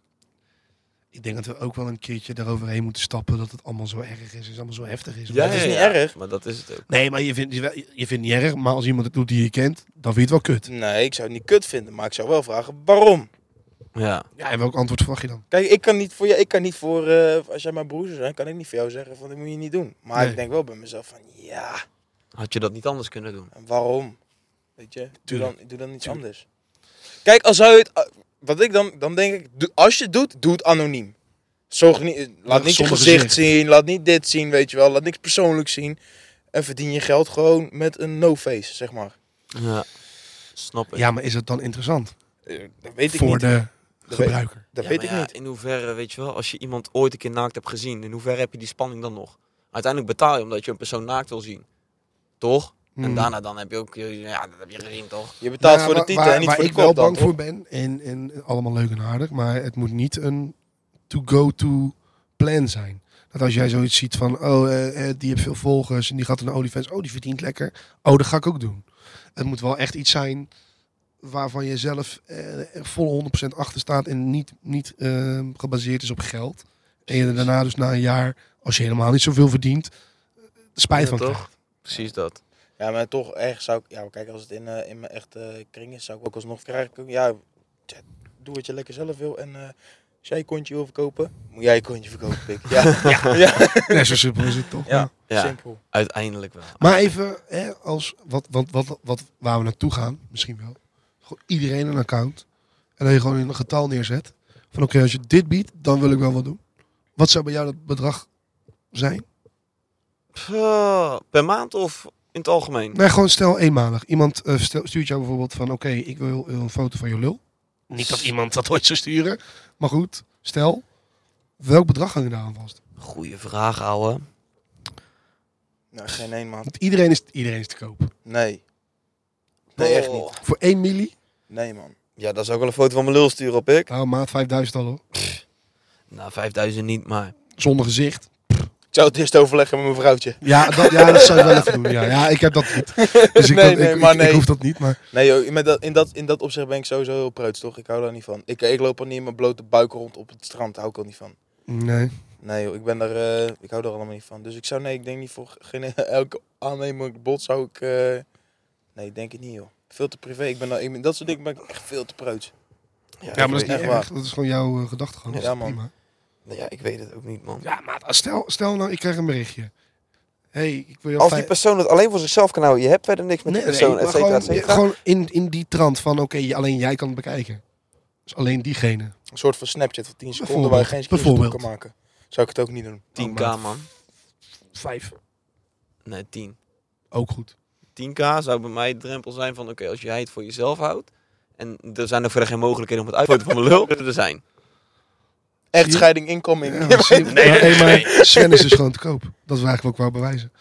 [SPEAKER 1] ik denk dat we ook wel een keertje daaroverheen moeten stappen dat het allemaal zo erg is. Het allemaal zo heftig is.
[SPEAKER 2] ja,
[SPEAKER 3] het is
[SPEAKER 2] ja,
[SPEAKER 3] niet
[SPEAKER 2] ja.
[SPEAKER 3] erg.
[SPEAKER 2] Maar dat is het ook.
[SPEAKER 1] Nee, maar je vindt, je, je vindt het niet erg. Maar als iemand het doet die je kent, dan vind je het wel kut.
[SPEAKER 3] Nee, ik zou het niet kut vinden, maar ik zou wel vragen waarom.
[SPEAKER 2] Ja.
[SPEAKER 1] Ja, en welk antwoord verwacht je dan?
[SPEAKER 3] Kijk, ik kan niet voor je, ik kan niet voor, eh, als jij mijn broer zou zijn, kan ik niet voor jou zeggen van dat moet je niet doen. Maar
[SPEAKER 1] Nee.
[SPEAKER 3] ik denk wel bij mezelf van ja,
[SPEAKER 2] Had je dat niet anders kunnen doen?
[SPEAKER 3] en waarom? Weet je, doe
[SPEAKER 1] Tuurlijk.
[SPEAKER 3] dan, doe dan iets
[SPEAKER 1] Tuurlijk.
[SPEAKER 3] anders. Kijk, als zou je het, uh, wat ik dan, dan denk ik, doe- als je het doet, doe het anoniem. Zorg niet, laat niet je
[SPEAKER 1] zonder
[SPEAKER 3] gezicht
[SPEAKER 1] gezicht.
[SPEAKER 3] zien, laat niet dit zien, weet je wel, laat niks persoonlijks zien. En verdien je geld gewoon met een no-face, zeg maar.
[SPEAKER 2] Ja. Snap ik.
[SPEAKER 1] Ja, maar is het dan interessant
[SPEAKER 3] Eh, Dat weet ik
[SPEAKER 1] voor
[SPEAKER 3] niet.
[SPEAKER 1] de
[SPEAKER 3] Dat weet,
[SPEAKER 1] gebruiker?
[SPEAKER 3] dat
[SPEAKER 2] Ja,
[SPEAKER 3] weet
[SPEAKER 2] maar
[SPEAKER 3] ik
[SPEAKER 2] ja,
[SPEAKER 3] niet.
[SPEAKER 2] in hoeverre, weet je wel, als je iemand ooit een keer naakt hebt gezien, in hoeverre heb je die spanning dan nog? Uiteindelijk betaal je omdat je een persoon naakt wil zien. Toch? En
[SPEAKER 1] Hmm.
[SPEAKER 2] daarna dan heb je ook, eh, ja, dat heb je gezien, toch?
[SPEAKER 3] Je betaalt
[SPEAKER 1] Nou,
[SPEAKER 3] voor de
[SPEAKER 1] waar-
[SPEAKER 3] titel
[SPEAKER 1] waar-
[SPEAKER 3] en niet
[SPEAKER 1] waar
[SPEAKER 3] voor de
[SPEAKER 1] ik wel
[SPEAKER 3] kop dan,
[SPEAKER 1] bang
[SPEAKER 3] toch?
[SPEAKER 1] voor ben, en, en allemaal leuk en aardig, maar het moet niet een to-go-to plan zijn. Dat als jij zoiets ziet van, oh, eh, eh, die heeft veel volgers en die gaat naar OnlyFans, oh, die verdient lekker. Oh, dat ga ik ook doen. Het moet wel echt iets zijn waarvan je zelf eh, vol honderd procent achter staat en niet, niet eh, gebaseerd is op geld. En je er daarna dus na een jaar, als je helemaal niet zoveel verdient, spijt
[SPEAKER 2] Ja,
[SPEAKER 1] van
[SPEAKER 2] toch?
[SPEAKER 1] krijgt.
[SPEAKER 2] Precies dat.
[SPEAKER 3] Ja, maar toch echt zou ik... Ja, kijk, als het in, eh, in mijn echte kring is, zou ik ook alsnog krijgen. Ja, tja, doe wat je lekker zelf wil. En eh, als jij je kontje wil verkopen, moet jij je kontje verkopen, pik. Ja, ja, ja.
[SPEAKER 1] Nee, zo simpel is het toch?
[SPEAKER 3] ja.
[SPEAKER 2] Ja.
[SPEAKER 3] simpel.
[SPEAKER 2] Uiteindelijk wel.
[SPEAKER 1] Maar even, hè, als wat, wat, wat, wat, waar we naartoe gaan, misschien wel. Gewoon iedereen een account. En dat je gewoon een getal neerzet. Van oké, als je dit biedt, dan wil ik wel wat doen. Wat zou bij jou dat bedrag zijn?
[SPEAKER 2] Pff, per maand of in het algemeen?
[SPEAKER 1] Nee, gewoon stel eenmalig. Iemand eh, stel, stuurt jou bijvoorbeeld van oké, ik wil een foto van je lul. Niet dat iemand dat ooit zou sturen. Maar goed, stel. Welk bedrag hang je daar aan vast?
[SPEAKER 2] Goeie vraag, ouwe.
[SPEAKER 3] Nou, geen één maand.
[SPEAKER 1] Want iedereen is, iedereen is te koop.
[SPEAKER 3] Nee. Nee, echt
[SPEAKER 2] Oh.
[SPEAKER 3] niet.
[SPEAKER 1] Voor één milli?
[SPEAKER 3] Nee, man.
[SPEAKER 2] Ja, dat zou ik wel een foto van mijn lul sturen op ik.
[SPEAKER 1] Nou, maat vijfduizend al hoor.
[SPEAKER 2] Nou, vijfduizend niet, maar...
[SPEAKER 1] Zonder gezicht.
[SPEAKER 3] Ik zou het eerst overleggen met mijn vrouwtje.
[SPEAKER 1] Ja, dat, ja, dat zou je wel even doen. Ja, ja ik heb dat niet. Dus ik,
[SPEAKER 3] Nee,
[SPEAKER 1] kan-
[SPEAKER 3] nee,
[SPEAKER 1] ik,
[SPEAKER 3] maar
[SPEAKER 1] ik,
[SPEAKER 3] nee.
[SPEAKER 1] ik hoef dat niet, maar...
[SPEAKER 3] Nee joh, met dat, in, dat, in dat opzicht ben ik sowieso heel preuts, toch? Ik hou daar niet van. Ik, ik loop al niet in mijn blote buik rond op het strand, daar hou ik al niet van.
[SPEAKER 1] Nee.
[SPEAKER 3] Nee joh, ik ben daar, eh, ik hou daar allemaal niet van. Dus ik zou, nee, ik denk niet voor geen elke aannemelijk bod zou ik... eh, nee, denk ik niet joh. Veel te privé, ik ben daar, ik ben, dat soort dingen ben ik echt veel te preuts.
[SPEAKER 2] Ja,
[SPEAKER 1] Ja, maar dat is
[SPEAKER 2] ik
[SPEAKER 1] niet
[SPEAKER 3] echt
[SPEAKER 1] erg.
[SPEAKER 3] waar.
[SPEAKER 1] Dat is gewoon jouw uh, gedachtegang. Dat is
[SPEAKER 3] Ja,
[SPEAKER 1] toch
[SPEAKER 3] man.
[SPEAKER 1] prima.
[SPEAKER 2] weet, ja, ik weet het ook niet, man.
[SPEAKER 1] Ja, maar stel, stel nou, ik krijg een berichtje. Hey, ik wil jou
[SPEAKER 2] Als
[SPEAKER 1] vijf-
[SPEAKER 2] die persoon het alleen voor zichzelf kan houden, je hebt verder niks met
[SPEAKER 1] Nee,
[SPEAKER 2] die
[SPEAKER 1] nee,
[SPEAKER 2] persoon,
[SPEAKER 1] maar
[SPEAKER 2] et cetera, et
[SPEAKER 1] gewoon,
[SPEAKER 2] cetera.
[SPEAKER 1] gewoon in, in die trant van, oké, je- alleen jij kan het bekijken. Dus alleen diegene.
[SPEAKER 3] Een soort van Snapchat van tien seconden waar je geen screenshot op
[SPEAKER 1] Bijvoorbeeld.
[SPEAKER 3] kan maken. Zou ik het ook niet doen.
[SPEAKER 2] tien k,
[SPEAKER 1] Oh, maar-
[SPEAKER 2] man.
[SPEAKER 1] Vijf.
[SPEAKER 2] Nee, tien.
[SPEAKER 1] Ook goed.
[SPEAKER 2] tien k zou bij mij de drempel zijn van, oké, als jij het voor jezelf houdt, en er zijn ook verder geen mogelijkheden om het uit te van mijn lul, er zijn.
[SPEAKER 3] Echt scheiding incoming.
[SPEAKER 1] Ja,
[SPEAKER 3] Ja,
[SPEAKER 1] zie je?
[SPEAKER 3] maar-
[SPEAKER 1] Maar, hey, maar Sven is dus gewoon te koop. Dat is eigenlijk wat ik wou bewijzen.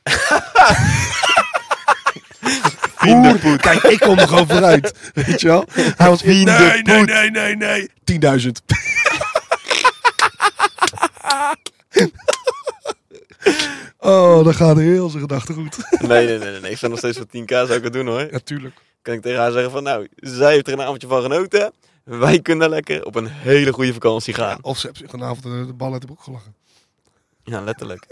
[SPEAKER 1] Oeh, kijk, ik kom er gewoon vooruit. Weet je wel? Hij was in nee, nee, nee, nee, nee. tienduizend. Oh, dan gaat heel zijn gedachten goed.
[SPEAKER 2] Nee, nee, nee, nee, nee. Ik sta nog steeds voor tien k, zou ik het doen hoor.
[SPEAKER 1] Natuurlijk.
[SPEAKER 2] Kan ik tegen haar zeggen van, nou, zij heeft er een avondje van genoten. Wij kunnen lekker op een hele goede vakantie gaan.
[SPEAKER 1] Of ze hebben zich vanavond de, de bal uit de broek gelachen.
[SPEAKER 2] Ja, letterlijk.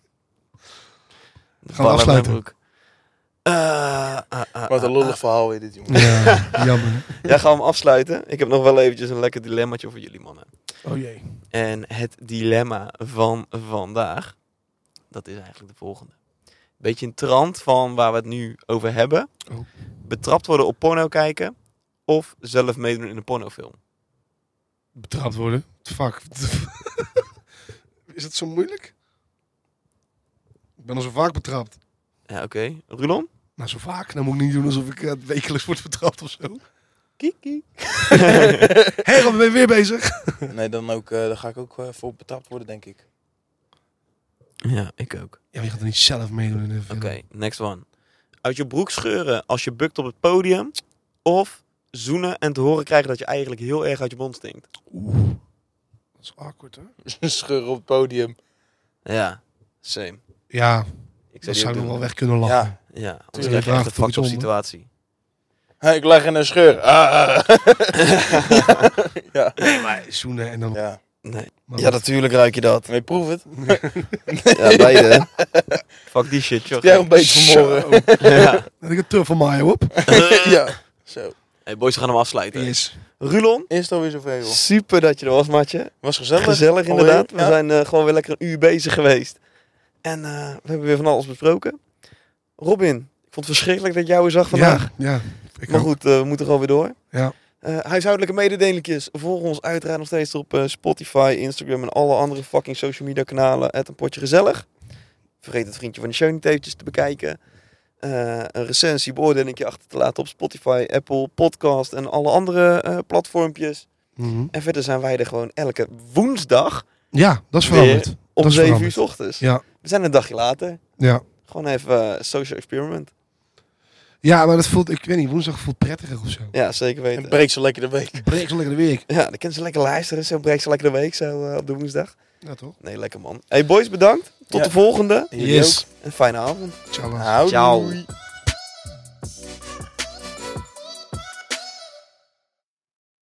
[SPEAKER 2] De
[SPEAKER 1] we
[SPEAKER 2] bal uit mijn
[SPEAKER 1] afsluiten?
[SPEAKER 2] broek. Eh, eh, eh,
[SPEAKER 3] Wat een
[SPEAKER 2] eh,
[SPEAKER 3] lullig verhaal weer dit, jongen.
[SPEAKER 1] Ja, jammer.
[SPEAKER 2] eh. Ja, gaan we hem afsluiten. Ik heb nog wel eventjes een lekker dilemmaatje voor jullie mannen.
[SPEAKER 1] Oh jee.
[SPEAKER 2] En het dilemma van vandaag, dat is eigenlijk de volgende. Beetje een trant van waar we het nu over hebben.
[SPEAKER 1] Oh.
[SPEAKER 2] Betrapt worden op porno kijken of zelf meedoen in een pornofilm.
[SPEAKER 1] Betrapt worden. Fuck. Is het zo moeilijk? Ik ben al zo vaak betrapt.
[SPEAKER 2] Ja, oké. Okay. Rulon?
[SPEAKER 1] Nou, zo vaak. Dan moet ik niet doen alsof ik uh, wekelijks word betrapt of zo.
[SPEAKER 3] Kiki.
[SPEAKER 1] Hé, we zijn weer bezig.
[SPEAKER 3] Nee, dan, ook, uh, dan ga ik ook uh, voor betrapt worden, denk ik.
[SPEAKER 2] Ja, ik ook.
[SPEAKER 1] Ja, maar je gaat er niet zelf meedoen in de film.
[SPEAKER 2] Oké, okay, next one. Uit je broek scheuren als je bukt op het podium. Of zoenen en te horen krijgen dat je eigenlijk heel erg uit je mond stinkt.
[SPEAKER 1] Oeh. Dat is awkward, hè?
[SPEAKER 3] Scheuren op het podium.
[SPEAKER 2] Ja, same.
[SPEAKER 1] Ja,
[SPEAKER 2] Ik
[SPEAKER 1] dat
[SPEAKER 2] die
[SPEAKER 1] zou
[SPEAKER 2] ook
[SPEAKER 1] ik nog
[SPEAKER 2] doen.
[SPEAKER 1] wel weg kunnen lachen.
[SPEAKER 3] Ja.
[SPEAKER 2] Ja, anders
[SPEAKER 3] Tuurlijk,
[SPEAKER 2] krijg je echt een
[SPEAKER 1] vraagt toch
[SPEAKER 2] fucked up
[SPEAKER 1] iets om,
[SPEAKER 2] situatie.
[SPEAKER 3] Hey, ik leg in een scheur. Ah. Ja.
[SPEAKER 1] Nee, maar zoenen en dan...
[SPEAKER 3] Ja.
[SPEAKER 2] Nee.
[SPEAKER 1] Maar
[SPEAKER 2] Ja, natuurlijk ruik je dat.
[SPEAKER 3] Nee, proef het.
[SPEAKER 2] Ja, beide. Fuck die shit, joh.
[SPEAKER 3] Jij ontbeet vanmorgen.
[SPEAKER 2] Ja.
[SPEAKER 1] Dan ik een truffel mayo op.
[SPEAKER 3] Ja. Zo.
[SPEAKER 2] Hey boys, we gaan hem afsluiten.
[SPEAKER 1] Yes.
[SPEAKER 2] Rulon,
[SPEAKER 3] Is het alweer zoveel?
[SPEAKER 2] super dat je er was, matje.
[SPEAKER 3] Was gezellig.
[SPEAKER 2] Gezellig
[SPEAKER 3] Alweer?
[SPEAKER 2] inderdaad. We
[SPEAKER 3] Ja.
[SPEAKER 2] zijn uh, gewoon weer lekker een uur bezig geweest. En uh, we hebben weer van alles besproken. Robin, ik vond het verschrikkelijk dat jij weer zag vandaag.
[SPEAKER 1] Ja, ja. Ik
[SPEAKER 2] Maar
[SPEAKER 1] ook.
[SPEAKER 2] goed, uh, we moeten gewoon weer door.
[SPEAKER 1] Ja.
[SPEAKER 2] Uh, huishoudelijke mededelingjes. Volg ons uiteraard nog steeds op uh, Spotify, Instagram en alle andere fucking social media kanalen. Het een potje gezellig. Vergeet het vriendje van de show niet eventjes te bekijken. Uh, een recensie, beoordelingje achter te laten op Spotify, Apple, Podcast en alle andere uh, platformpjes.
[SPEAKER 1] Mhm.
[SPEAKER 2] En verder zijn wij er gewoon elke woensdag
[SPEAKER 1] Ja, dat is
[SPEAKER 2] Weer
[SPEAKER 1] veranderd.
[SPEAKER 2] om
[SPEAKER 1] Dat is
[SPEAKER 2] zeven uur
[SPEAKER 1] veranderd.
[SPEAKER 2] 's ochtends.
[SPEAKER 1] Ja,
[SPEAKER 2] We zijn een dagje later.
[SPEAKER 1] ja.
[SPEAKER 2] Gewoon even uh, social experiment.
[SPEAKER 1] Ja, maar dat voelt, ik weet niet, woensdag voelt prettiger of zo.
[SPEAKER 2] Ja, zeker
[SPEAKER 3] En
[SPEAKER 2] weten.
[SPEAKER 3] breek zo lekker de week.
[SPEAKER 1] Breek zo lekker de week.
[SPEAKER 2] Ja, dan kunnen ze lekker luisteren. Zo breekt ze lekker de week zo uh, op de woensdag.
[SPEAKER 1] Ja, toch?
[SPEAKER 2] Nee, lekker man. Hey boys, bedankt. Tot
[SPEAKER 3] Ja.
[SPEAKER 2] de volgende.
[SPEAKER 3] Jullie ook.
[SPEAKER 1] Yes.
[SPEAKER 2] Een fijne avond.
[SPEAKER 1] Ciao.
[SPEAKER 3] Houdoe.
[SPEAKER 2] Ciao.